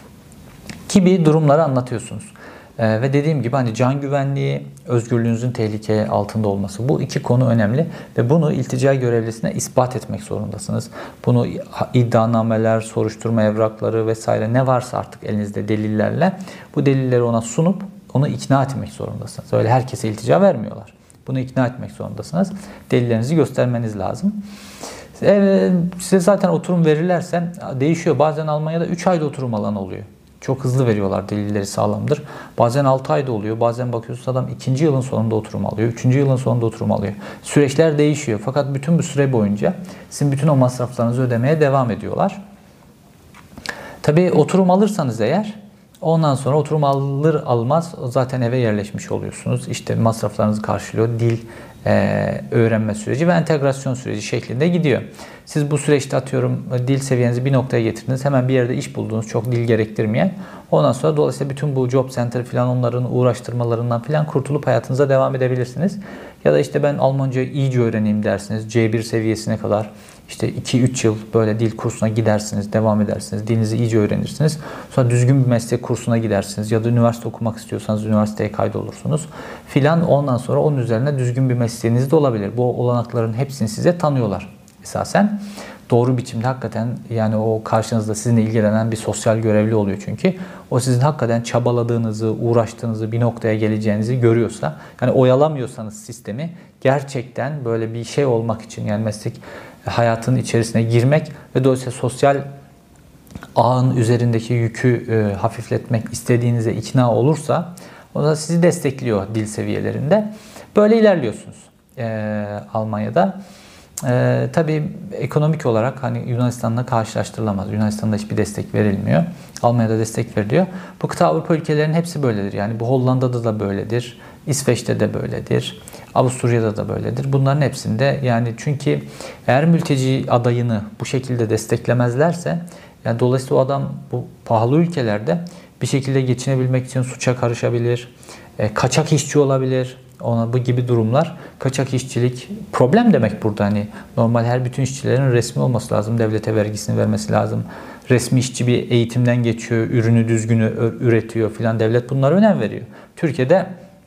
Gibi durumları anlatıyorsunuz. Ee, ve dediğim gibi hani can güvenliği, özgürlüğünüzün tehlike altında olması. Bu iki konu önemli ve bunu iltica görevlisine ispat etmek zorundasınız. Bunu iddianameler, soruşturma evrakları vesaire ne varsa artık elinizde delillerle bu delilleri ona sunup onu ikna etmek zorundasınız. Öyle herkese iltica vermiyorlar. Bunu ikna etmek zorundasınız. Delillerinizi göstermeniz lazım. Size zaten oturum verirlerse değişiyor. Bazen Almanya'da üç ayda oturum alanı oluyor. Çok hızlı veriyorlar, delilleri sağlamdır. Bazen altı ayda oluyor. Bazen bakıyorsunuz adam ikinci yılın sonunda oturum alıyor. Üçüncü yılın sonunda oturum alıyor. Süreçler değişiyor. Fakat bütün bu süre boyunca sizin bütün o masraflarınızı ödemeye devam ediyorlar. Tabii oturum alırsanız eğer ondan sonra oturum alır almaz zaten eve yerleşmiş oluyorsunuz. İşte masraflarınızı karşılıyor. Dil e, öğrenme süreci ve entegrasyon süreci şeklinde gidiyor. Siz bu süreçte atıyorum dil seviyenizi bir noktaya getirdiniz. Hemen bir yerde iş buldunuz çok dil gerektirmeyen. Ondan sonra dolayısıyla bütün bu job center falan onların uğraştırmalarından falan kurtulup hayatınıza devam edebilirsiniz. Ya da işte ben Almancayı iyice öğreneyim dersiniz. C bir seviyesine kadar İşte iki üç yıl böyle dil kursuna gidersiniz, devam edersiniz, dilinizi iyice öğrenirsiniz. Sonra düzgün bir meslek kursuna gidersiniz ya da üniversite okumak istiyorsanız üniversiteye kaydolursunuz filan. Ondan sonra onun üzerine düzgün bir mesleğiniz de olabilir. Bu olanakların hepsini size tanıyorlar esasen. Doğru biçimde hakikaten yani o karşınızda sizinle ilgilenen bir sosyal görevli oluyor çünkü. O sizin hakikaten çabaladığınızı, uğraştığınızı, bir noktaya geleceğinizi görüyorsa, yani oyalamıyorsanız sistemi gerçekten böyle bir şey olmak için yani meslek hayatının içerisine girmek ve dolayısıyla sosyal ağın üzerindeki yükü e, hafifletmek istediğinize ikna olursa o da sizi destekliyor dil seviyelerinde. Böyle ilerliyorsunuz e, Almanya'da. Ee, tabii ekonomik olarak hani Yunanistan'la karşılaştırılamaz. Yunanistan'da hiçbir destek verilmiyor. Almanya'da destek veriliyor. Bu kıta Avrupa ülkelerinin hepsi böyledir. Yani bu Hollanda'da da böyledir. İsveç'te de böyledir. Avusturya'da da böyledir. Bunların hepsinde yani çünkü eğer mülteci adayını bu şekilde desteklemezlerse yani dolayısıyla o adam bu pahalı ülkelerde bir şekilde geçinebilmek için suça karışabilir. E, kaçak işçi olabilir. Ona bu gibi durumlar, kaçak işçilik problem demek burada. Hani normal her bütün işçilerin resmi olması lazım. Devlete vergisini vermesi lazım. Resmi işçi bir eğitimden geçiyor, ürünü düzgünü üretiyor filan. Devlet bunlara önem veriyor. Türkiye'de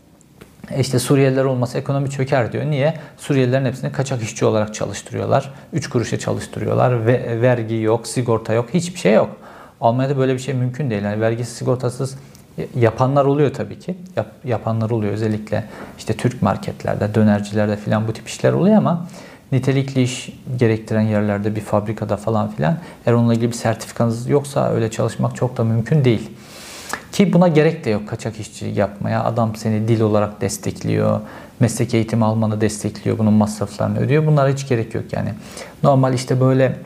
işte Suriyeliler olmasa ekonomi çöker diyor. Niye? Suriyelilerin hepsini kaçak işçi olarak çalıştırıyorlar. Üç kuruşa çalıştırıyorlar. Ve vergi yok, sigorta yok, hiçbir şey yok. Almanya'da böyle bir şey mümkün değil. Yani vergisiz, sigortasız yapanlar oluyor tabii ki. Yap, yapanlar oluyor. Özellikle işte Türk marketlerde, dönercilerde filan bu tip işler oluyor ama nitelikli iş gerektiren yerlerde bir fabrikada falan filan eğer onunla ilgili bir sertifikanız yoksa öyle çalışmak çok da mümkün değil. Ki buna gerek de yok kaçak işçilik yapmaya. Adam seni dil olarak destekliyor. Meslek eğitimi almanı destekliyor. Bunun masraflarını ödüyor. Bunlara hiç gerek yok yani. Normal işte böyle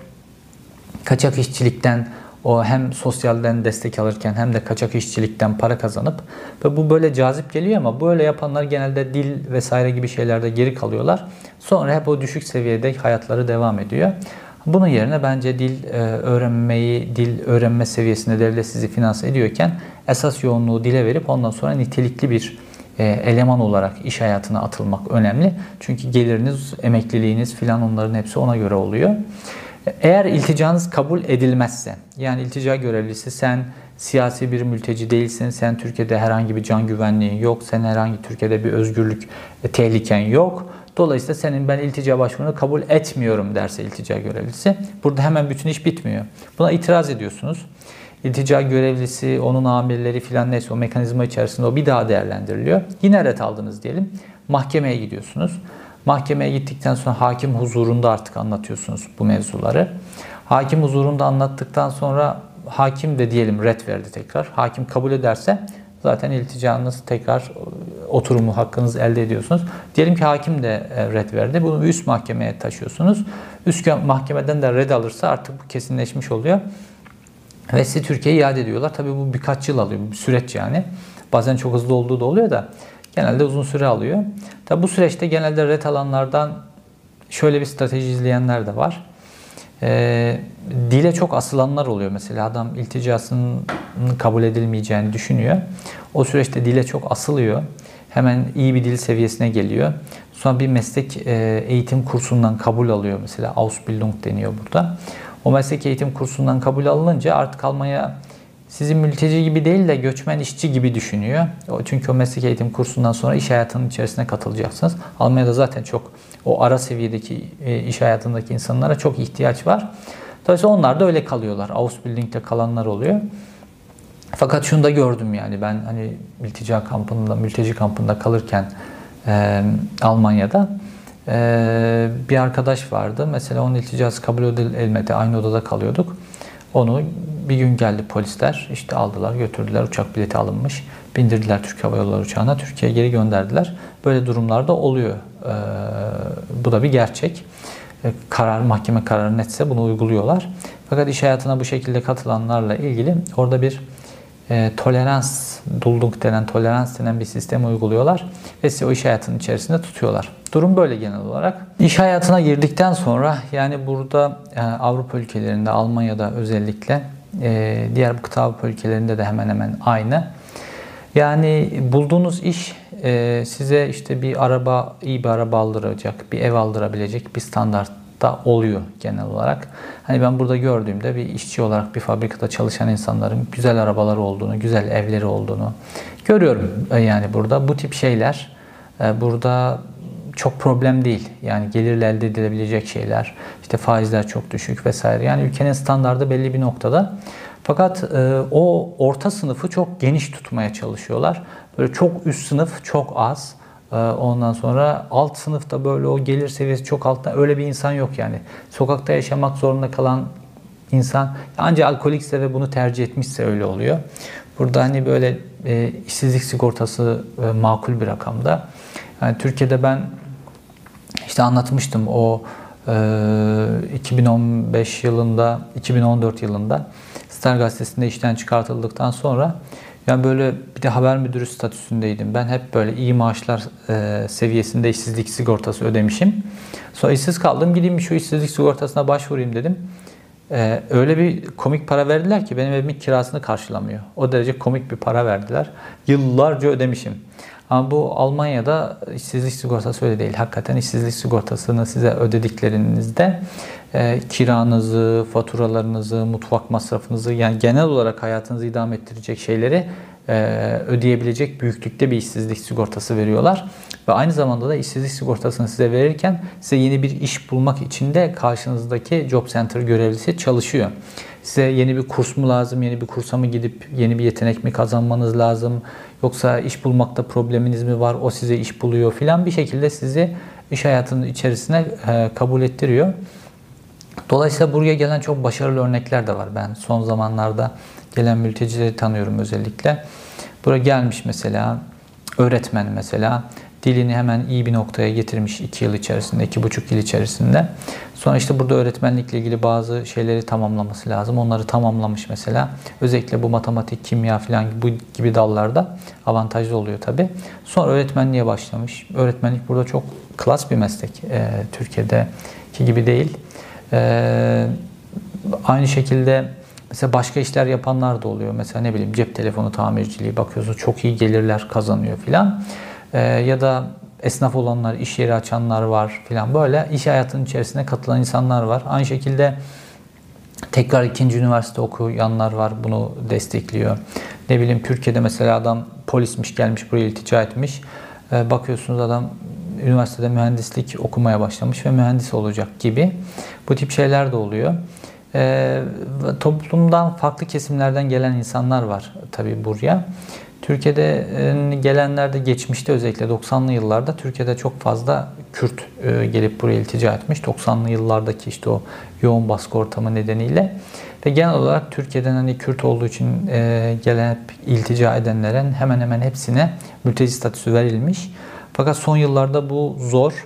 kaçak işçilikten o hem sosyalden destek alırken hem de kaçak işçilikten para kazanıp ve bu böyle cazip geliyor ama böyle yapanlar genelde dil vesaire gibi şeylerde geri kalıyorlar. Sonra hep o düşük seviyede hayatları devam ediyor. Bunun yerine bence dil öğrenmeyi, dil öğrenme seviyesinde devlet sizi finanse ediyorken esas yoğunluğu dile verip ondan sonra nitelikli bir eleman olarak iş hayatına atılmak önemli. Çünkü geliriniz, emekliliğiniz filan onların hepsi ona göre oluyor. Eğer ilticanız kabul edilmezse, yani iltica görevlisi sen siyasi bir mülteci değilsin, sen Türkiye'de herhangi bir can güvenliğin yok, sen herhangi Türkiye'de bir özgürlük tehliken yok. Dolayısıyla senin ben iltica başvurunu kabul etmiyorum derse iltica görevlisi. Burada hemen bütün iş bitmiyor. Buna itiraz ediyorsunuz. İltica görevlisi, onun amirleri filan neyse o mekanizma içerisinde o bir daha değerlendiriliyor. Yine ret aldınız diyelim. Mahkemeye gidiyorsunuz. Mahkemeye gittikten sonra hakim huzurunda artık anlatıyorsunuz bu mevzuları. Hakim huzurunda anlattıktan sonra hakim de diyelim ret verdi tekrar. Hakim kabul ederse zaten ilticanız tekrar oturumu hakkınızı elde ediyorsunuz. Diyelim ki hakim de ret verdi. Bunu üst mahkemeye taşıyorsunuz. Üst mahkemeden de red alırsa artık bu kesinleşmiş oluyor. Ve sizi Türkiye'ye iade ediyorlar. Tabii bu birkaç yıl alıyor. Bir süreç yani. Bazen çok hızlı olduğu da oluyor da genelde uzun süre alıyor. Tabii bu süreçte genelde ret alanlardan şöyle bir strateji izleyenler de var. E, dile çok asılanlar oluyor. Mesela adam ilticasının kabul edilmeyeceğini düşünüyor. O süreçte dile çok asılıyor. Hemen iyi bir dil seviyesine geliyor. Sonra bir meslek e, eğitim kursundan kabul alıyor. Mesela Ausbildung deniyor burada. O meslek eğitim kursundan kabul alınınca artık Almanya sizi mülteci gibi değil de göçmen işçi gibi düşünüyor. Çünkü o meslek eğitim kursundan sonra iş hayatının içerisine katılacaksınız. Almanya'da zaten çok o ara seviyedeki iş hayatındaki insanlara çok ihtiyaç var. Dolayısıyla onlar da öyle kalıyorlar. Ausbildung'de kalanlar oluyor. Fakat şunu da gördüm yani ben hani iltica kampında, mülteci kampında kalırken e, Almanya'da e, bir arkadaş vardı. Mesela onun ilticası kabul edilmedi. Aynı odada kalıyorduk. Onu bir gün geldi polisler, işte aldılar, götürdüler, uçak bileti alınmış, bindirdiler Türk Hava Yolları uçağına, Türkiye'ye geri gönderdiler. Böyle durumlarda oluyor. Ee, bu da bir gerçek. Ee, karar, mahkeme kararı netse bunu uyguluyorlar. Fakat iş hayatına bu şekilde katılanlarla ilgili orada bir e, tolerans, dulduk denen, tolerans denen bir sistem uyguluyorlar ve sizi o iş hayatının içerisinde tutuyorlar. Durum böyle genel olarak. İş hayatına girdikten sonra yani burada yani Avrupa ülkelerinde, Almanya'da özellikle e, diğer bu kıta Avrupa ülkelerinde de hemen hemen aynı. Yani bulduğunuz iş e, size işte bir araba, iyi bir araba aldıracak, bir ev aldırabilecek bir standart da oluyor genel olarak. Hani ben burada gördüğümde bir işçi olarak bir fabrikada çalışan insanların güzel arabaları olduğunu, güzel evleri olduğunu görüyorum. Yani burada bu tip şeyler burada çok problem değil. Yani gelirle elde edilebilecek şeyler. İşte faizler çok düşük vesaire. Yani ülkenin standardı belli bir noktada. Fakat e, o orta sınıfı çok geniş tutmaya çalışıyorlar. Böyle çok üst sınıf çok az. E, ondan sonra alt sınıfta böyle o gelir seviyesi çok altta öyle bir insan yok yani. Sokakta yaşamak zorunda kalan insan ancak alkolikse ve bunu tercih etmişse öyle oluyor. Burada hani böyle e, işsizlik sigortası e, makul bir rakamda. Yani Türkiye'de ben işte anlatmıştım o e, iki bin on beş yılında, iki bin on dört yılında Star Gazetesi'nde işten çıkartıldıktan sonra yani böyle bir de haber müdürü statüsündeydim. Ben hep böyle iyi maaşlar e, seviyesinde işsizlik sigortası ödemişim. Sonra işsiz kaldım. Gideyim şu işsizlik sigortasına başvurayım dedim. E, öyle bir komik para verdiler ki benim evimin kirasını karşılamıyor. O derece komik bir para verdiler. Yıllarca ödemişim. Ama bu Almanya'da işsizlik sigortası öyle değil. Hakikaten işsizlik sigortasını size ödediklerinizde e, kiranızı, faturalarınızı, mutfak masrafınızı yani genel olarak hayatınızı idame ettirecek şeyleri e, ödeyebilecek büyüklükte bir işsizlik sigortası veriyorlar. Ve aynı zamanda da işsizlik sigortasını size verirken size yeni bir iş bulmak için de karşınızdaki Job Center görevlisi çalışıyor. Size yeni bir kurs mu lazım, yeni bir kursa mı gidip yeni bir yetenek mi kazanmanız lazım? Yoksa iş bulmakta probleminiz mi var, o size iş buluyor filan bir şekilde sizi iş hayatının içerisine e, kabul ettiriyor. Dolayısıyla buraya gelen çok başarılı örnekler de var. Ben son zamanlarda gelen mültecileri tanıyorum özellikle. Buraya gelmiş mesela, öğretmen mesela. Dilini hemen iyi bir noktaya getirmiş iki yıl içerisinde, iki buçuk yıl içerisinde. Sonra işte burada öğretmenlikle ilgili bazı şeyleri tamamlaması lazım. Onları tamamlamış mesela. Özellikle bu matematik, kimya falan bu gibi dallarda avantajlı oluyor tabii. Sonra öğretmenliğe başlamış. Öğretmenlik burada çok klas bir meslek. Ee, Türkiye'deki gibi değil. Ee, aynı şekilde mesela başka işler yapanlar da oluyor. Mesela ne bileyim cep telefonu tamirciliği bakıyorsunuz çok iyi gelirler kazanıyor filan. Ee, ya da esnaf olanlar, iş yeri açanlar var filan böyle iş hayatının içerisine katılan insanlar var. Aynı şekilde tekrar ikinci üniversite okuyanlar var, bunu destekliyor. Ne bileyim Türkiye'de mesela adam polismiş gelmiş buraya iltica etmiş. Ee, bakıyorsunuz adam üniversitede mühendislik okumaya başlamış ve mühendis olacak gibi. Bu tip şeyler de oluyor. Ee, toplumdan farklı kesimlerden gelen insanlar var tabii buraya. Türkiye'de gelenlerde geçmişte özellikle doksanlı yıllarda Türkiye'de çok fazla Kürt gelip buraya iltica etmiş. doksanlı yıllardaki işte o yoğun baskı ortamı nedeniyle ve genel olarak Türkiye'den hani Kürt olduğu için gelen hep iltica edenlerin hemen hemen hepsine mülteci statüsü verilmiş. Fakat son yıllarda bu zor.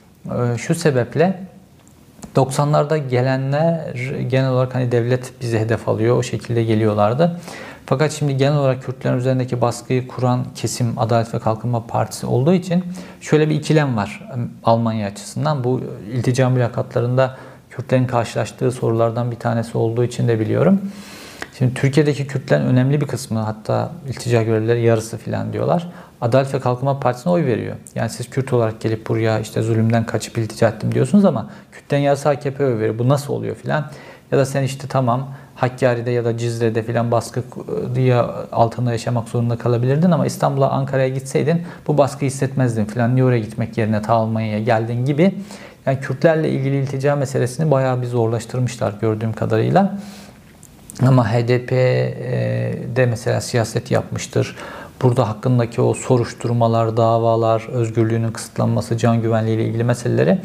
Şu sebeple doksanlarda gelenler genel olarak hani devlet bizi hedef alıyor. O şekilde geliyorlardı. Fakat şimdi genel olarak Kürtlerin üzerindeki baskıyı kuran kesim Adalet ve Kalkınma Partisi olduğu için şöyle bir ikilem var Almanya açısından. Bu iltica mülakatlarında Kürtlerin karşılaştığı sorulardan bir tanesi olduğu için de biliyorum. Şimdi Türkiye'deki Kürtlerin önemli bir kısmı hatta iltica görevlileri yarısı filan diyorlar. Adalet ve Kalkınma Partisi'ne oy veriyor. Yani siz Kürt olarak gelip buraya işte zulümden kaçıp iltica ettim diyorsunuz ama Kürtlerin yarısı A K P'ye oy veriyor. Bu nasıl oluyor filan. Ya da sen işte tamam Hakkari'de ya da Cizre'de filan baskı diye altında yaşamak zorunda kalabilirdin ama İstanbul'a, Ankara'ya gitseydin bu baskıyı hissetmezdin filan. Niye oraya gitmek yerine ta Almanya'ya geldin gibi. Yani Kürtlerle ilgili iltica meselesini bayağı bir zorlaştırmışlar gördüğüm kadarıyla. Ama H D P'de mesela siyaset yapmıştır. Burada hakkındaki o soruşturmalar, davalar, özgürlüğünün kısıtlanması, can güvenliği ile ilgili meseleleri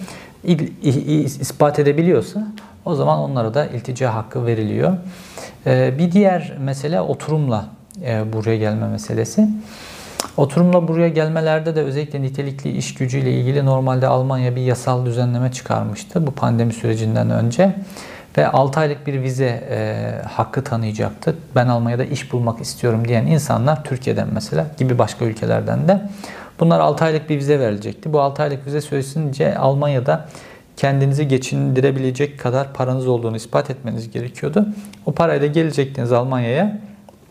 ispat edebiliyorsa o zaman onlara da iltica hakkı veriliyor. Bir diğer mesele oturumla buraya gelme meselesi. Oturumla buraya gelmelerde de özellikle nitelikli iş gücüyle ilgili normalde Almanya bir yasal düzenleme çıkarmıştı bu pandemi sürecinden önce. Ve altı aylık bir vize e, hakkı tanıyacaktı. Ben Almanya'da iş bulmak istiyorum diyen insanlar Türkiye'den mesela gibi başka ülkelerden de bunlar altı aylık bir vize verilecekti. Bu altı aylık vize süresince Almanya'da kendinizi geçindirebilecek kadar paranız olduğunu ispat etmeniz gerekiyordu. O parayla gelecektiniz Almanya'ya.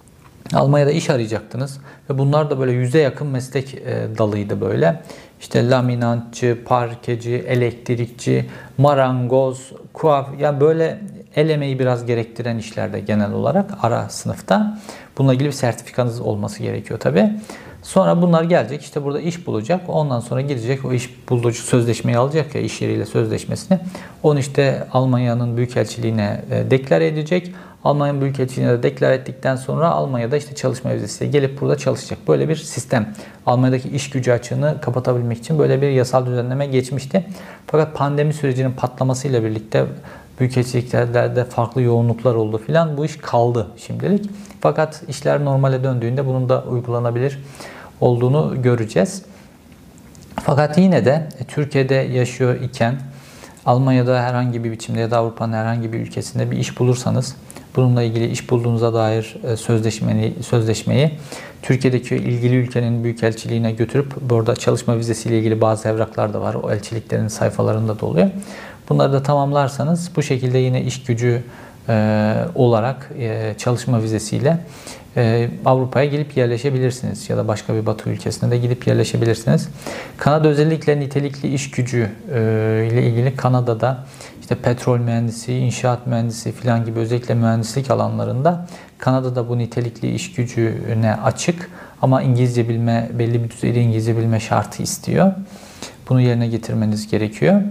Almanya'da iş arayacaktınız ve bunlar da böyle yüze yakın meslek e, dalıydı böyle. İşte laminatçı, parkeci, elektrikçi, marangoz, kuaf, yani böyle el emeği biraz gerektiren işlerde genel olarak ara sınıfta. Bununla ilgili bir sertifikanız olması gerekiyor tabi. Sonra bunlar gelecek, işte burada iş bulacak. Ondan sonra gidecek, o iş bulucu sözleşmeyi alacak ya, iş yeriyle sözleşmesini. Onu işte Almanya'nın büyükelçiliğine e, deklare edecek. Almanya Büyükelçiliğine de deklar ettikten sonra Almanya'da işte çalışma vizesiyle gelip burada çalışacak. Böyle bir sistem. Almanya'daki iş gücü açığını kapatabilmek için böyle bir yasal düzenleme geçmişti. Fakat pandemi sürecinin patlamasıyla birlikte büyükelçiliklerde farklı yoğunluklar oldu filan. Bu iş kaldı şimdilik. Fakat işler normale döndüğünde bunun da uygulanabilir olduğunu göreceğiz. Fakat yine de Türkiye'de yaşıyor iken Almanya'da herhangi bir biçimde ya da Avrupa'nın herhangi bir ülkesinde bir iş bulursanız bununla ilgili iş bulduğunuza dair sözleşmeyi, sözleşmeyi Türkiye'deki ilgili ülkenin büyükelçiliğine götürüp burada çalışma vizesiyle ilgili bazı evraklar da var. O elçiliklerin sayfalarında da oluyor. Bunları da tamamlarsanız bu şekilde yine iş gücü e, olarak e, çalışma vizesiyle e, Avrupa'ya gelip yerleşebilirsiniz. Ya da başka bir Batı ülkesine de gidip yerleşebilirsiniz. Kanada özellikle nitelikli iş gücü e, ile ilgili Kanada'da işte petrol mühendisi, inşaat mühendisi falan gibi özellikle mühendislik alanlarında Kanada'da bu nitelikli iş gücüne açık ama İngilizce bilme, belli bir düzeyde İngilizce bilme şartı istiyor. Bunu yerine getirmeniz gerekiyor.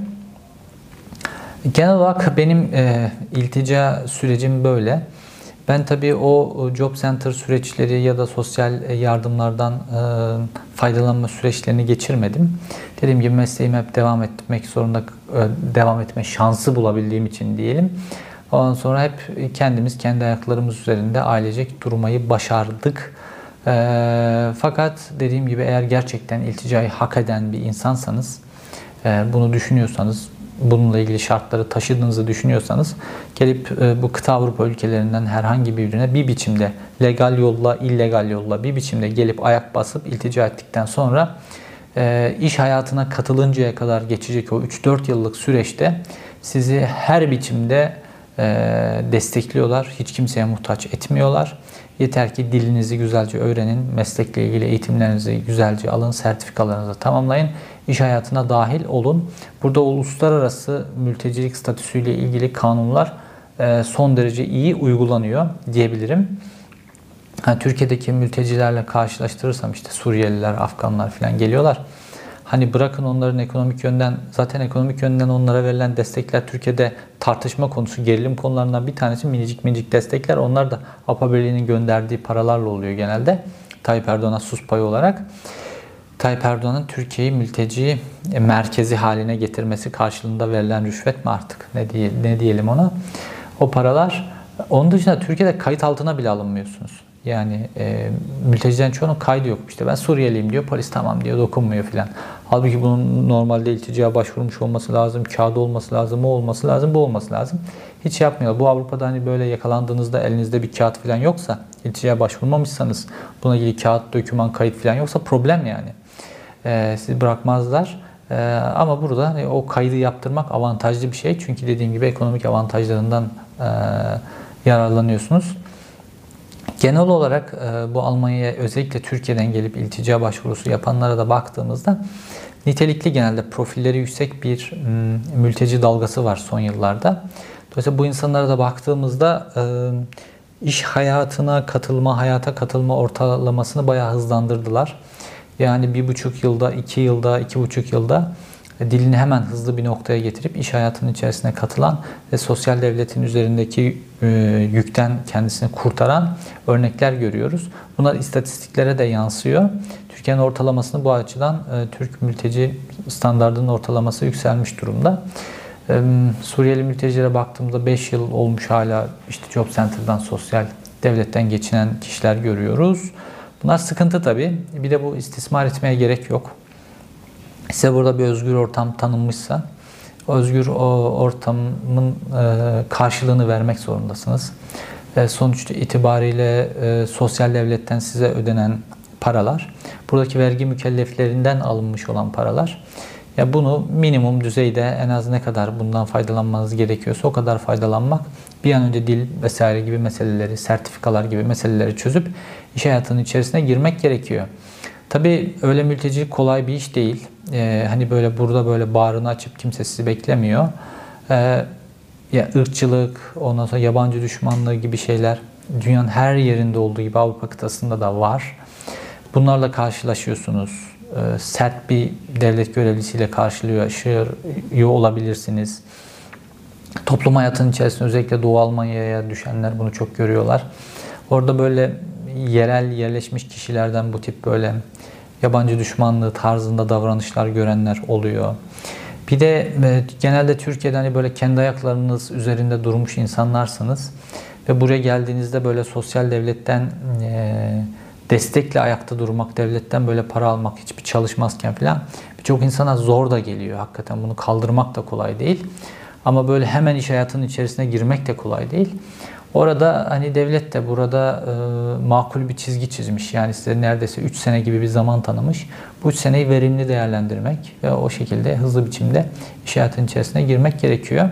Genel olarak benim e, iltica sürecim böyle. Ben tabii o job center süreçleri ya da sosyal yardımlardan e, faydalanma süreçlerini geçirmedim. Dediğim gibi mesleğimi hep devam etmek zorunda, e, devam etme şansı bulabildiğim için diyelim. Ondan sonra hep kendimiz, kendi ayaklarımız üzerinde ailecek durmayı başardık. E, fakat dediğim gibi eğer gerçekten ilticayı hak eden bir insansanız, e, bunu düşünüyorsanız, bununla ilgili şartları taşıdığınızı düşünüyorsanız gelip e, bu kıta Avrupa ülkelerinden herhangi birine bir biçimde legal yolla, illegal yolla bir biçimde gelip ayak basıp iltica ettikten sonra e, iş hayatına katılıncaya kadar geçecek o üç dört yıllık süreçte sizi her biçimde e, destekliyorlar. Hiç kimseye muhtaç etmiyorlar. Yeter ki dilinizi güzelce öğrenin, meslekle ilgili eğitimlerinizi güzelce alın, sertifikalarınızı tamamlayın, iş hayatına dahil olun. Burada uluslararası mültecilik statüsüyle ilgili kanunlar son derece iyi uygulanıyor diyebilirim. Yani Türkiye'deki mültecilerle karşılaştırırsam işte Suriyeliler, Afganlar falan geliyorlar. Hani bırakın onların ekonomik yönden, zaten ekonomik yönden onlara verilen destekler Türkiye'de tartışma konusu, gerilim konularından bir tanesi minicik minicik destekler. Onlar da Avrupa Birliği'nin gönderdiği paralarla oluyor genelde. Tayyip Erdoğan'a sus payı olarak. Tayyip Erdoğan'ın Türkiye'yi mülteci merkezi haline getirmesi karşılığında verilen rüşvet mi artık? Ne, diye, ne diyelim ona? O paralar. Onun dışında Türkiye'de kayıt altına bile alınmıyorsunuz. Yani e, mültecilerin çoğunun kaydı yok. İşte ben Suriyeliyim diyor, polis tamam diyor, dokunmuyor filan. Halbuki bunun normalde ilticaya başvurmuş olması lazım, kağıdı olması lazım, o olması lazım, bu olması lazım. Hiç yapmıyor. Bu Avrupa'da hani böyle yakalandığınızda elinizde bir kağıt filan yoksa, ilticaya başvurmamışsanız, buna ilgili kağıt, doküman, kayıt filan yoksa problem yani. E, sizi bırakmazlar. E, ama burada hani, o kaydı yaptırmak avantajlı bir şey. Çünkü dediğim gibi ekonomik avantajlarından e, yararlanıyorsunuz. Genel olarak bu Almanya'ya özellikle Türkiye'den gelip iltica başvurusu yapanlara da baktığımızda nitelikli, genelde profilleri yüksek bir mülteci dalgası var son yıllarda. Dolayısıyla bu insanlara da baktığımızda iş hayatına katılma, hayata katılma ortalamasını bayağı hızlandırdılar. Yani bir buçuk yılda, iki yılda, iki buçuk yılda dilini hemen hızlı bir noktaya getirip iş hayatının içerisine katılan ve sosyal devletin üzerindeki e, yükten kendisini kurtaran örnekler görüyoruz. Bunlar istatistiklere de yansıyor. Türkiye'nin ortalamasını bu açıdan e, Türk mülteci standardının ortalaması yükselmiş durumda. E, Suriyeli mültecilere baktığımda beş yıl olmuş hala işte Job Center'dan, sosyal devletten geçinen kişiler görüyoruz. Bunlar sıkıntı tabii. Bir de bu istismar etmeye gerek yok. Size burada bir özgür ortam tanınmışsa, o özgür o ortamın karşılığını vermek zorundasınız. Sonuç itibariyle sosyal devletten size ödenen paralar, buradaki vergi mükelleflerinden alınmış olan paralar. Ya bunu minimum düzeyde en az ne kadar bundan faydalanmanız gerekiyorsa o kadar faydalanmak, bir an önce dil vesaire gibi meseleleri, sertifikalar gibi meseleleri çözüp iş hayatının içerisine girmek gerekiyor. Tabii öyle mültecilik kolay bir iş değil. Ee, hani böyle burada böyle bağrını açıp kimse sizi beklemiyor. Ee, ya ırkçılık, ondan sonra yabancı düşmanlığı gibi şeyler dünyanın her yerinde olduğu gibi Avrupa kıtasında da var. Bunlarla karşılaşıyorsunuz. Ee, sert bir devlet görevlisiyle karşılaşıyor olabilirsiniz. Toplum hayatının içerisinde özellikle Doğu Almanya'ya düşenler bunu çok görüyorlar. Orada böyle yerel yerleşmiş kişilerden bu tip böyle yabancı düşmanlığı tarzında davranışlar görenler oluyor. Bir de e, genelde Türkiye'de hani böyle kendi ayaklarınız üzerinde durmuş insanlarsınız ve buraya geldiğinizde böyle sosyal devletten e, destekle ayakta durmak, devletten böyle para almak, hiçbir çalışmazken falan birçok insana zor da geliyor. Hakikaten bunu kaldırmak da kolay değil. Ama böyle hemen iş hayatının içerisine girmek de kolay değil. Orada hani devlet de burada e, makul bir çizgi çizmiş. Yani size neredeyse üç sene gibi bir zaman tanımış. Bu üç seneyi verimli değerlendirmek ve o şekilde hızlı biçimde iş hayatının içerisine girmek gerekiyor.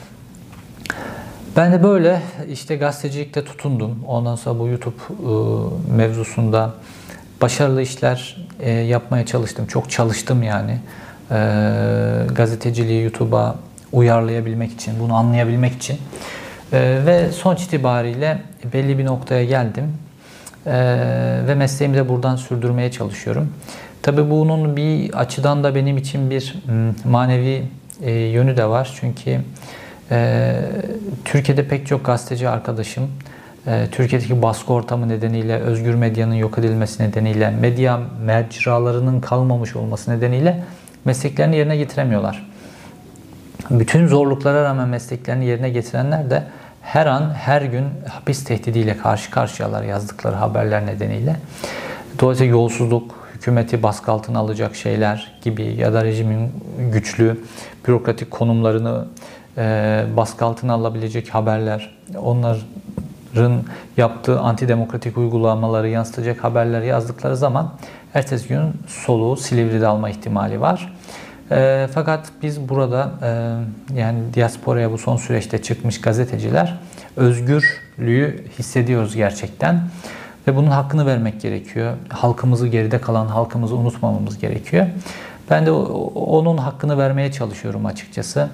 Ben de böyle işte gazetecilikte tutundum. Ondan sonra bu YouTube e, mevzusunda başarılı işler e, yapmaya çalıştım. Çok çalıştım yani. E, gazeteciliği YouTube'a uyarlayabilmek için, bunu anlayabilmek için. Ee, ve sonuç itibariyle belli bir noktaya geldim. Ee, ve mesleğimi de buradan sürdürmeye çalışıyorum. Tabii bunun bir açıdan da benim için bir manevi e, yönü de var. Çünkü e, Türkiye'de pek çok gazeteci arkadaşım, e, Türkiye'deki baskı ortamı nedeniyle, özgür medyanın yok edilmesi nedeniyle, medya mecralarının kalmamış olması nedeniyle mesleklerini yerine getiremiyorlar. Bütün zorluklara rağmen mesleklerini yerine getirenler de her an, her gün hapis tehdidiyle karşı karşıyalar yazdıkları haberler nedeniyle. Dolayısıyla yolsuzluk, hükümeti baskı altına alacak şeyler gibi ya da rejimin güçlü bürokratik konumlarını e, baskı altına alabilecek haberler, onların yaptığı antidemokratik uygulamaları yansıtacak haberler yazdıkları zaman ertesi gün soluğu Silivri'de alma ihtimali var. E, fakat biz burada e, yani diasporaya bu son süreçte çıkmış gazeteciler özgürlüğü hissediyoruz gerçekten. Ve bunun hakkını vermek gerekiyor. Halkımızı, geride kalan halkımızı unutmamamız gerekiyor. Ben de onun hakkını vermeye çalışıyorum açıkçası.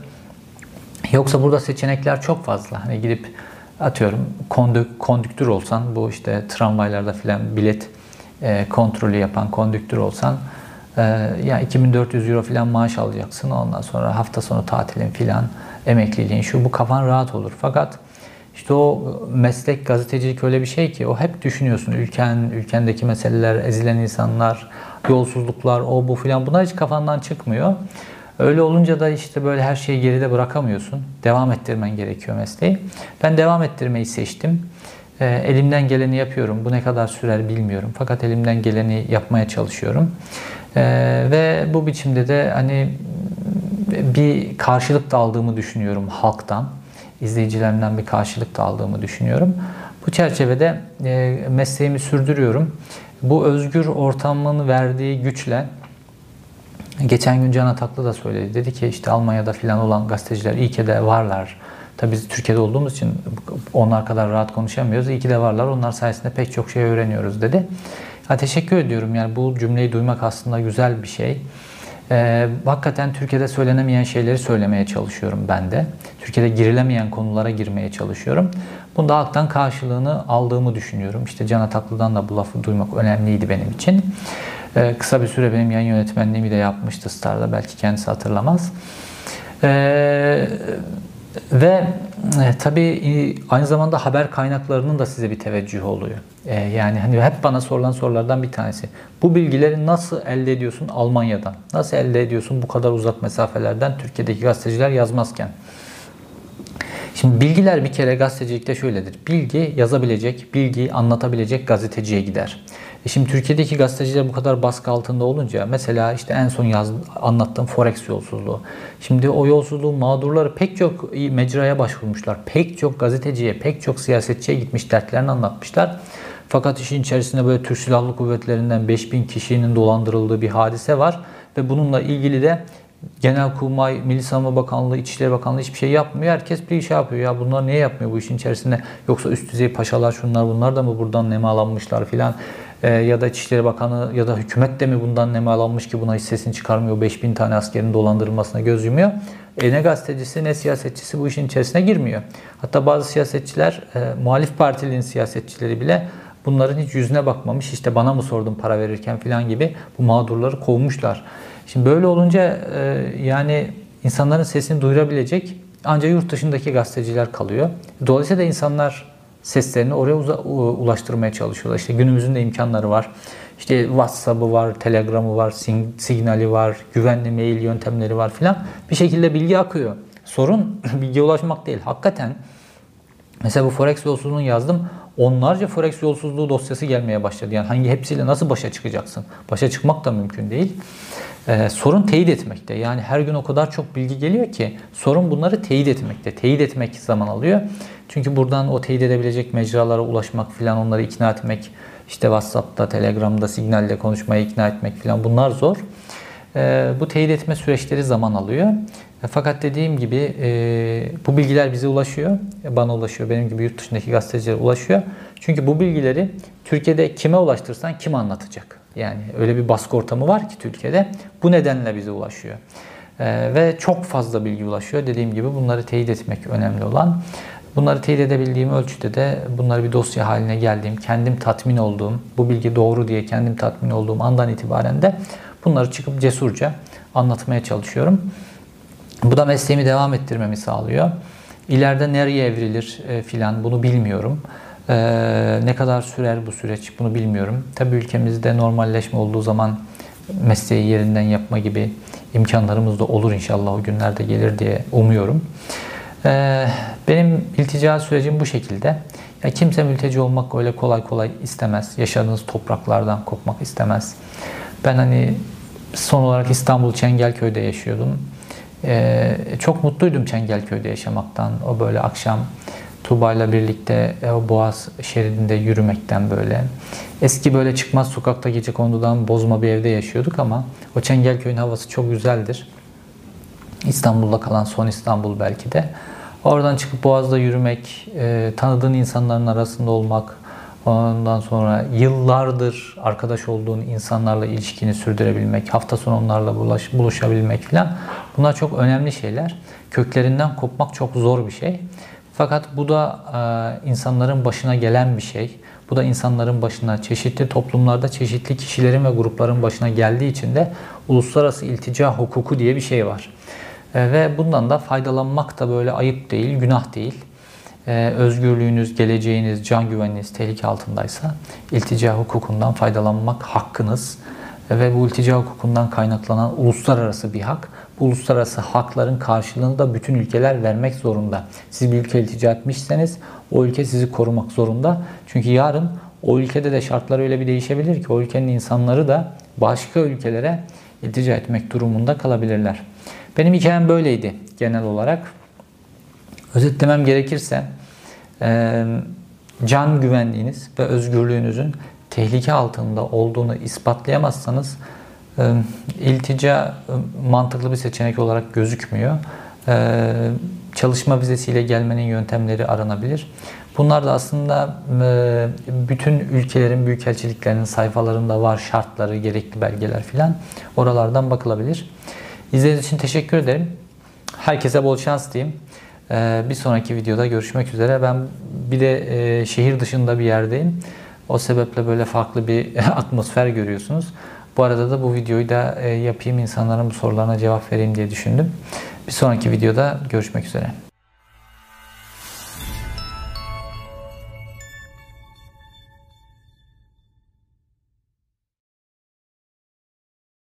Yoksa burada seçenekler çok fazla. Hani gidip atıyorum kondük, kondüktör olsan, bu işte tramvaylarda filan bilet e, kontrolü yapan kondüktör olsan e, ya iki bin dört yüz euro filan maaş alacaksın. Ondan sonra hafta sonu tatilin filan, emekliliğin şu bu, kafan rahat olur. Fakat İşte o meslek, gazetecilik öyle bir şey ki o hep düşünüyorsun. Ülken, ülkendeki meseleler, ezilen insanlar, yolsuzluklar, o bu filan, bunlar hiç kafandan çıkmıyor. Öyle olunca da işte böyle her şeyi geride bırakamıyorsun. Devam ettirmen gerekiyor mesleği. Ben devam ettirmeyi seçtim. E, elimden geleni yapıyorum. Bu ne kadar sürer bilmiyorum. Fakat elimden geleni yapmaya çalışıyorum. E, ve bu biçimde de hani bir karşılık da aldığımı düşünüyorum halktan. İzleyicilerimden bir karşılık da aldığımı düşünüyorum. Bu çerçevede e, mesleğimi sürdürüyorum. Bu özgür ortamın verdiği güçle, geçen gün Can Ataklı da söyledi. Dedi ki işte Almanya'da filan olan gazeteciler iyi ki de varlar. Tabii biz Türkiye'de olduğumuz için onlar kadar rahat konuşamıyoruz. İyi ki de varlar. Onlar sayesinde pek çok şey öğreniyoruz dedi. Ya, teşekkür ediyorum. Yani bu cümleyi duymak aslında güzel bir şey. Ee, hakikaten Türkiye'de söylenemeyen şeyleri söylemeye çalışıyorum ben de. Türkiye'de girilemeyen konulara girmeye çalışıyorum. Bunda halktan karşılığını aldığımı düşünüyorum. İşte Can Ataklı'dan da bu lafı duymak önemliydi benim için. Ee, kısa bir süre benim yayın yönetmenliğimi de yapmıştı Star'da. Belki kendisi hatırlamaz. Ee, ve e, tabii aynı zamanda haber kaynaklarının da size bir teveccühü oluyor. Ee, yani hani hep bana sorulan sorulardan bir tanesi. Bu bilgileri nasıl elde ediyorsun Almanya'dan? Nasıl elde ediyorsun bu kadar uzak mesafelerden Türkiye'deki gazeteciler yazmazken? Şimdi bilgiler bir kere gazetecilikte şöyledir. Bilgi yazabilecek, bilgiyi anlatabilecek gazeteciye gider. E şimdi Türkiye'deki gazeteciler bu kadar baskı altında olunca, mesela işte en son yaz, anlattığım Forex yolsuzluğu. Şimdi o yolsuzluğun mağdurları pek çok mecraya başvurmuşlar. Pek çok gazeteciye, pek çok siyasetçiye gitmiş, dertlerini anlatmışlar. Fakat işin içerisinde böyle Türk Silahlı Kuvvetleri'nden beş bin kişinin dolandırıldığı bir hadise var. Ve bununla ilgili de Genelkurmay, Milli Savunma Bakanlığı, İçişleri Bakanlığı hiçbir şey yapmıyor. Herkes bir şey yapıyor. Ya bunlar niye yapmıyor bu işin içerisinde? Yoksa üst düzey paşalar şunlar bunlar da mı buradan nemalanmışlar filan? Ee, ya da İçişleri Bakanı ya da hükümet de mi bundan nemalanmış ki buna hiç sesini çıkarmıyor? beş bin tane askerin dolandırılmasına göz yumuyor. E ne gazetecisi ne siyasetçisi bu işin içerisine girmiyor. Hatta bazı siyasetçiler, e, muhalif partilerin siyasetçileri bile bunların hiç yüzüne bakmamış. İşte bana mı sordun para verirken filan gibi bu mağdurları kovmuşlar. Şimdi böyle olunca e, yani insanların sesini duyurabilecek ancak yurt dışındaki gazeteciler kalıyor. Dolayısıyla da insanlar seslerini oraya ulaştırmaya çalışıyorlar. İşte günümüzün de imkanları var. İşte WhatsApp'ı var, Telegram'ı var, Signal'i var, güvenli mail yöntemleri var filan. Bir şekilde bilgi akıyor. Sorun bilgiye ulaşmak değil. Hakikaten mesela bu Forex yolsuzluğunu yazdım. Onlarca Forex yolsuzluğu dosyası gelmeye başladı. Yani hangi hepsiyle nasıl başa çıkacaksın? Başa çıkmak da mümkün değil. Ee, sorun teyit etmekte. Yani her gün o kadar çok bilgi geliyor ki sorun bunları teyit etmekte. Teyit etmek zaman alıyor. Çünkü buradan o teyit edebilecek mecralara ulaşmak filan, onları ikna etmek, işte WhatsApp'ta, Telegram'da, Signal'de konuşmaya ikna etmek filan bunlar zor. Ee, bu teyit etme süreçleri zaman alıyor. E, fakat dediğim gibi e, bu bilgiler bize ulaşıyor. E, bana ulaşıyor. Benim gibi yurt dışındaki gazetecilere ulaşıyor. Çünkü bu bilgileri Türkiye'de kime ulaştırsan kim anlatacak? Yani öyle bir baskı ortamı var ki Türkiye'de. Bu nedenle bize ulaşıyor. E, ve çok fazla bilgi ulaşıyor. Dediğim gibi bunları teyit etmek önemli olan. Bunları teyit edebildiğim ölçüde de bunları bir dosya haline geldiğim, kendim tatmin olduğum, bu bilgi doğru diye kendim tatmin olduğum andan itibaren de bunları çıkıp cesurca anlatmaya çalışıyorum. Bu da mesleğimi devam ettirmemi sağlıyor. İleride nereye evrilir e, filan bunu bilmiyorum. E, ne kadar sürer bu süreç bunu bilmiyorum. Tabii ülkemizde normalleşme olduğu zaman mesleği yerinden yapma gibi imkanlarımız da olur inşallah, o günlerde gelir diye umuyorum. E, benim iltica sürecim bu şekilde. Ya kimse mülteci olmak öyle kolay kolay istemez. Yaşadığınız topraklardan kopmak istemez. Ben hani son olarak İstanbul Çengelköy'de yaşıyordum. Ee, çok mutluydum Çengelköy'de yaşamaktan. O böyle akşam Tuğba'yla birlikte o Boğaz şeridinde yürümekten böyle. Eski böyle çıkmaz sokakta gecekondudan bozma bir evde yaşıyorduk ama o Çengelköy'ün havası çok güzeldir. İstanbul'da kalan son İstanbul belki de. Oradan çıkıp Boğaz'da yürümek, e, tanıdığın insanların arasında olmak, ondan sonra yıllardır arkadaş olduğun insanlarla ilişkini sürdürebilmek, hafta sonu onlarla bulaş, buluşabilmek falan. Bunlar çok önemli şeyler. Köklerinden kopmak çok zor bir şey. Fakat bu da e, insanların başına gelen bir şey. Bu da insanların başına, çeşitli toplumlarda çeşitli kişilerin ve grupların başına geldiği için de uluslararası iltica hukuku diye bir şey var. E, ve bundan da faydalanmak da böyle ayıp değil, günah değil. Ee, özgürlüğünüz, geleceğiniz, can güvenliğiniz tehlike altındaysa iltica hukukundan faydalanmak hakkınız ve bu iltica hukukundan kaynaklanan uluslararası bir hak. Bu uluslararası hakların karşılığını da bütün ülkeler vermek zorunda. Siz bir ülke iltica etmişseniz o ülke sizi korumak zorunda. Çünkü yarın o ülkede de şartlar öyle bir değişebilir ki o ülkenin insanları da başka ülkelere iltica etmek durumunda kalabilirler. Benim hikayem böyleydi genel olarak. Özetlemem gerekirse can güvenliğiniz ve özgürlüğünüzün tehlike altında olduğunu ispatlayamazsanız iltica mantıklı bir seçenek olarak gözükmüyor. Çalışma vizesiyle gelmenin yöntemleri aranabilir. Bunlar da aslında bütün ülkelerin büyükelçiliklerinin sayfalarında var, şartları, gerekli belgeler filan. Oralardan bakılabilir. İzlediğiniz için teşekkür ederim. Herkese bol şans diyeyim. Bir sonraki videoda görüşmek üzere. Ben bir de şehir dışında bir yerdeyim. O sebeple böyle farklı bir atmosfer görüyorsunuz. Bu arada da bu videoyu da yapayım, insanların bu sorularına cevap vereyim diye düşündüm. Bir sonraki videoda görüşmek üzere.